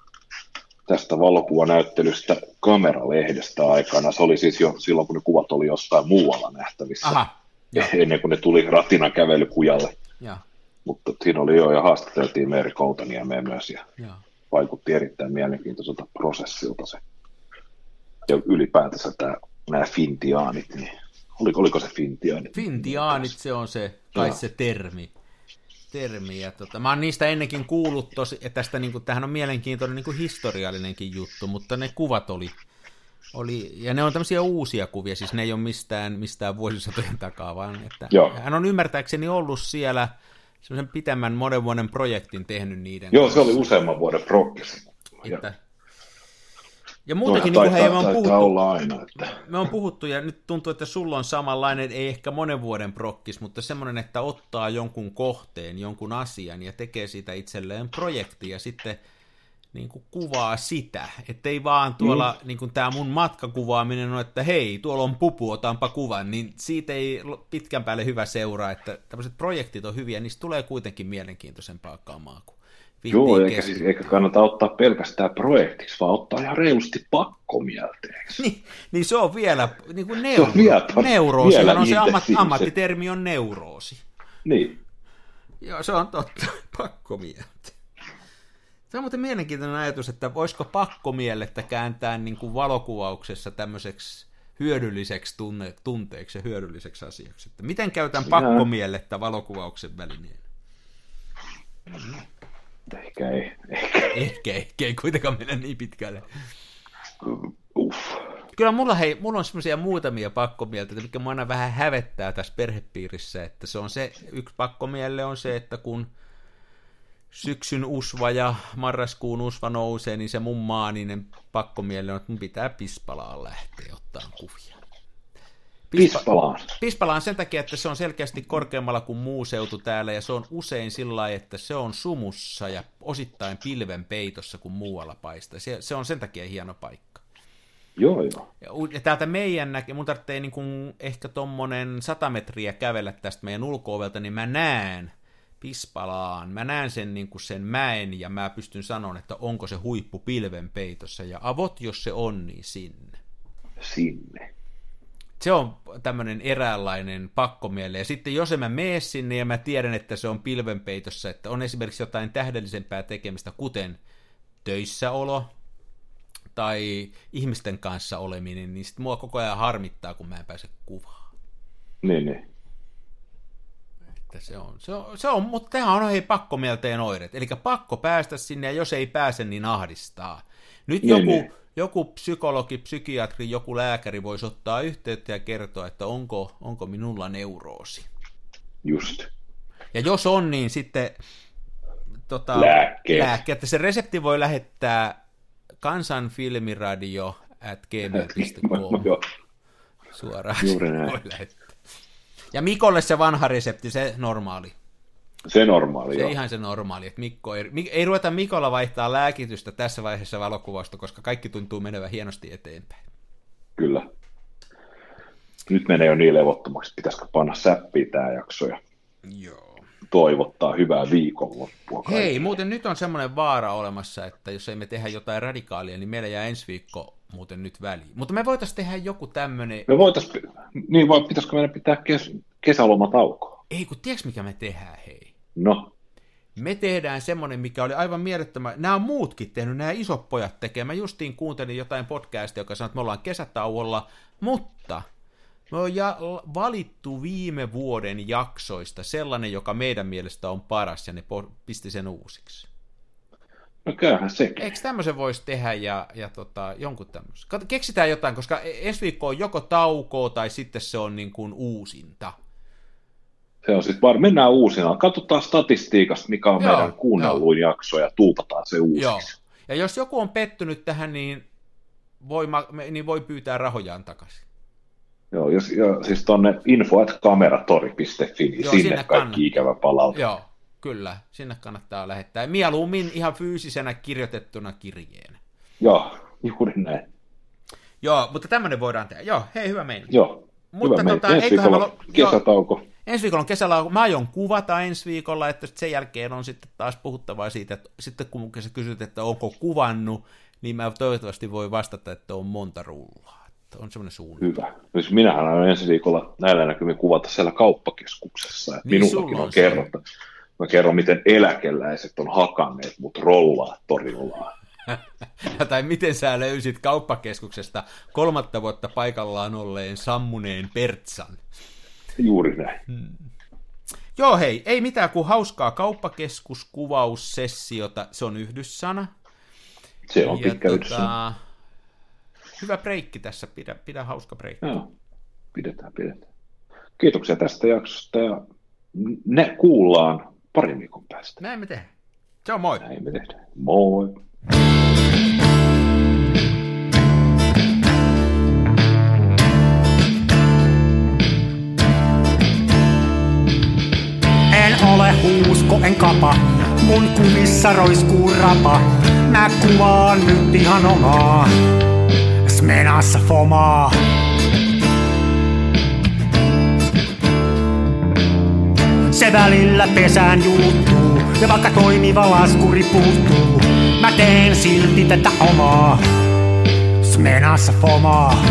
Speaker 3: tästä valokuvanäyttelystä Kameralehdestä aikana. Se oli siis jo silloin, kun ne kuvat oli jostain muualla nähtävissä.
Speaker 2: Aha,
Speaker 3: ennen kuin ne tuli Ratinan kävelykujalle.
Speaker 2: Ja.
Speaker 3: Mutta siinä oli jo, ja haastateltiin Meeri Koutaniemeä myös, ja,
Speaker 2: ja
Speaker 3: vaikutti erittäin mielenkiintoiselta prosessilta se. Ja ylipäätänsä tämä, nämä fintiaanit, niin oliko, oliko se fintiaanit?
Speaker 2: Fintiaanit, se on se, kai se termi. termi. Ja tota, mä oon niistä ennenkin kuullut tosi, että tästä niin kuin, tämähän on mielenkiintoinen niin kuin historiallinenkin juttu, mutta ne kuvat oli, oli, ja ne on tämmöisiä uusia kuvia, siis ne ei ole mistään, mistään vuosisatojen takaa, vaan että Joo. hän on ymmärtääkseni ollut siellä semmoisen pitemmän monen vuoden projektin tehnyt niiden
Speaker 3: Joo, kanssa. Se oli useamman vuoden prokkis.
Speaker 2: Että, ja muutenkin, niin kuin hei, me on puhuttu,
Speaker 3: olla aina, että...
Speaker 2: me on puhuttu, ja nyt tuntuu, että sulla on samanlainen, ei ehkä monen vuoden prokkis, mutta semmoinen, että ottaa jonkun kohteen, jonkun asian, ja tekee siitä itselleen projekti, ja sitten niin kuin kuvaa sitä, ettei vaan tuolla, mm. niin kuin tämä mun matkakuvaaminen on, että hei, tuolla on pupu, otanpa kuvan, niin siitä ei pitkän päälle hyvä seuraa, että tämmöiset projektit on hyviä, niistä tulee kuitenkin mielenkiintoisempaa kamaa kuin
Speaker 3: Joo, eikä, siis, eikä kannata ottaa pelkästään projektiksi, vaan ottaa ihan reilusti pakkomielteeksi.
Speaker 2: Niin, niin se on vielä niin kuin neuro, se vielä, neuroosi, vielä on se ammat, ammattitermi on neuroosi.
Speaker 3: Niin.
Speaker 2: Joo, se on totta, pakkomielte. Se on muuten mielenkiintoinen ajatus, että voisiko pakkomielettä kääntää niin kuin valokuvauksessa tämmöiseksi hyödylliseksi tunne, tunteeksi ja hyödylliseksi asiaksi. Että miten käytän pakkomielettä valokuvauksen välineen?
Speaker 3: Ehkä ei. Ehkä,
Speaker 2: ehkä, ehkä ei kuitenkaan mennä niin pitkälle.
Speaker 3: Uff.
Speaker 2: Kyllä mulla, hei, mulla on semmoisia muutamia pakkomieltä, mikä mua aina vähän hävettää tässä perhepiirissä, että se on se, yksi pakkomielle on se, että kun syksyn usva ja marraskuun usva nousee, niin se mun maaninen pakkomielle on, että mun pitää Pispalaan lähteä ottaa kuvia. Pispa-
Speaker 3: Pispalaan?
Speaker 2: Pispalaan sen takia, että se on selkeästi korkeammalla kuin muu seutu täällä, ja se on usein sillä lailla, että se on sumussa ja osittain pilven peitossa, kun muualla paistaa. Se, se on sen takia hieno paikka.
Speaker 3: Joo, joo.
Speaker 2: Ja täältä meidän näkee, mun tarvitsee niin kuin ehkä tommonen sata metriä kävellä tästä meidän ulko-ovelta, niin mä näen Pispalaan, mä näen sen, niin kuin sen mäen, ja mä pystyn sanomaan, että onko se huippu pilven peitossa, ja avot, jos se on, niin sinne.
Speaker 3: Sinne.
Speaker 2: Se on tämmöinen eräänlainen pakkomielle, ja sitten jos en mä mene sinne, ja mä tiedän, että se on pilvenpeitossa, että on esimerkiksi jotain tähdellisempää tekemistä, kuten töissäolo, tai ihmisten kanssa oleminen, niin sitten mua koko ajan harmittaa, kun mä en pääse kuvaan.
Speaker 3: Niin, niin.
Speaker 2: Että se on, se on, se on, mutta tämä on hei pakkomielteen oireet, eli pakko päästä sinne, ja jos ei pääse, niin ahdistaa. Nyt
Speaker 3: niin,
Speaker 2: joku...
Speaker 3: Niin.
Speaker 2: Joku psykologi, psykiatri, joku lääkäri voisi ottaa yhteyttä ja kertoa, että onko, onko minulla neuroosi.
Speaker 3: Just.
Speaker 2: Ja jos on, niin sitten tota,
Speaker 3: lääkkeet.
Speaker 2: lääkkeet. Se resepti voi lähettää kansanfilmiradio at gmail piste com suoraan.
Speaker 3: Juuri näin.
Speaker 2: Voi lähettää. Ja Mikolle se vanha resepti, se normaali.
Speaker 3: Se normaali,
Speaker 2: Se
Speaker 3: joo.
Speaker 2: ihan se normaali, että Mikko ei, ei ruveta Mikolla vaihtaa lääkitystä tässä vaiheessa valokuvausta, koska kaikki tuntuu menevän hienosti eteenpäin.
Speaker 3: Kyllä. Nyt menee jo niin levottomaksi, pitäisikö panna säppiä tämä jakso ja
Speaker 2: Joo.
Speaker 3: toivottaa hyvää viikonloppua.
Speaker 2: Hei, kaikille. Muuten nyt on semmoinen vaara olemassa, että jos ei me tehdä jotain radikaalia, niin meillä jää ensi viikko muuten nyt väliin. Mutta me voitaisiin tehdä joku tämmöinen...
Speaker 3: Me voitaisiin, niin vai pitäisikö meidän pitää kes, kesälomataukoa?
Speaker 2: Ei, kun tiedätkö mikä me tehdään, hei?
Speaker 3: No.
Speaker 2: Me tehdään semmoinen, mikä oli aivan mielettömän... Nämä on muutkin tehnyt, nämä isot pojat tekee. Mä justiin kuuntelin jotain podcastia, joka sanoi, että me ollaan kesätauolla, mutta me on ja valittu viime vuoden jaksoista sellainen, joka meidän mielestä on paras, ja ne pisti sen uusiksi.
Speaker 3: No käyhän sekin.
Speaker 2: Eikö tämmöisen voisi tehdä ja, ja tota, jonkun tämmöisen? Keksitään jotain, koska ensi viikko on joko taukoa tai sitten se on niin kuin uusinta.
Speaker 3: Se on sitten vaan, mennään uusinaan. Katsotaan statistiikasta, mikä on joo, meidän kuunnelluin jo. jakso ja tuupataan se uusiksi. Joo.
Speaker 2: Ja jos joku on pettynyt tähän, niin voi, niin voi pyytää rahojaan takaisin.
Speaker 3: Joo, jos, ja siis tuonne info at kameratori piste fi, niin sinne, sinne kaikki kannattaa. Ikävä palaute.
Speaker 2: Joo, kyllä, sinne kannattaa lähettää. Mieluummin ihan fyysisenä kirjoitettuna kirjeenä.
Speaker 3: Joo, juuri näin.
Speaker 2: Joo, mutta tämmöinen voidaan tehdä. Joo, hei, hyvä meni.
Speaker 3: Joo,
Speaker 2: mutta
Speaker 3: hyvä
Speaker 2: tota,
Speaker 3: ensi viikolla lo... kesätauko. Joo,
Speaker 2: ensi viikolla on kesälauko. Mä aion kuvata ensi viikolla, että sen jälkeen on sitten taas puhuttavaa siitä, että sitten kun sä kysyt, että onko kuvannut, niin mä toivottavasti voi vastata, että on monta rullaa. On semmoinen suunnitelma.
Speaker 3: Hyvä. Siis minähän aion ensi viikolla näillä näkymin kuvata siellä kauppakeskuksessa. Niin minullakin on kerrota. Mä kerron, miten eläkeläiset on hakanneet mut rollaa torilla.
Speaker 2: Tai miten sä löysit kauppakeskuksesta kolmatta vuotta paikallaan olleen sammuneen Pertsan.
Speaker 3: Juuri näin.
Speaker 2: Hmm. Joo hei, ei mitään kuin hauskaa kauppakeskuskuvaussessiota, se on yhdyssana.
Speaker 3: Se on
Speaker 2: ja
Speaker 3: pitkä
Speaker 2: tota,
Speaker 3: yhdyssana.
Speaker 2: Hyvä breikki tässä, pidä, pidä hauska breikki.
Speaker 3: Joo, pidetään, pidetään. Kiitoksia tästä jaksosta ja ne kuullaan parin viikon päästä.
Speaker 2: Näin me tehdään. Se on moi.
Speaker 3: Näin me tehdään. Moi.
Speaker 1: En ole huusko, en kapa, mun kumissa roiskuu rapa. Mä kuvaan nyt ihan omaa, Smenassa fomaa. Se välillä pesään juuttuu, ja vaikka toimiva laskuri puuttuu, mä teen silti tätä omaa, Smenassa fomaa.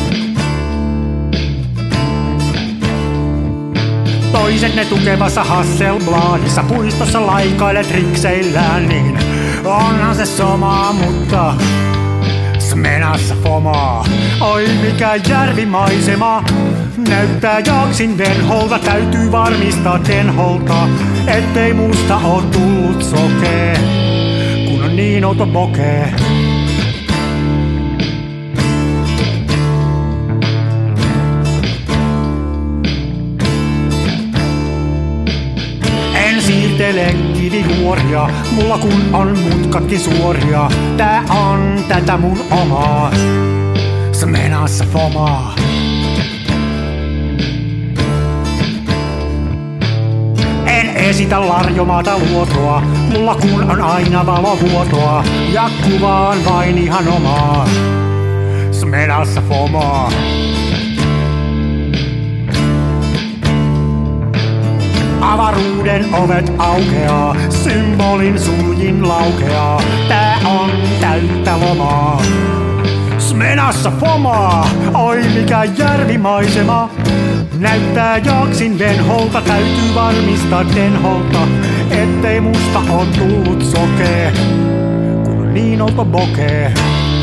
Speaker 1: Toiset ne tukevassa Hasselbladissa puistossa laikailet rikseillään, niin onhan se somaa, mutta Smenassa fomaa. Oi mikä järvimaisema, näyttää jaksin venholta, täytyy varmistaa tenholta, ettei musta oo tullut sokee, kun on niin outo bokee. Siirtele kivijuoria, mulla kun on mutkatkin suoria. Tää on tätä mun omaa, Smenassa fomaa. En esitä larjomaata luotoa, mulla kun on aina valovuotoa. Ja kuvaan vain ihan omaa, Smenassa fomaa. Avaruuden ovet aukeaa, symbolin suljin laukeaa. Tää on täyttä lomaa, Smenassa fomaa. Oi mikä järvimaisema, näyttää jaksin venholta, täytyy varmistaa tenholta, ettei musta oo tullut sokee, kun on niin outo bokee.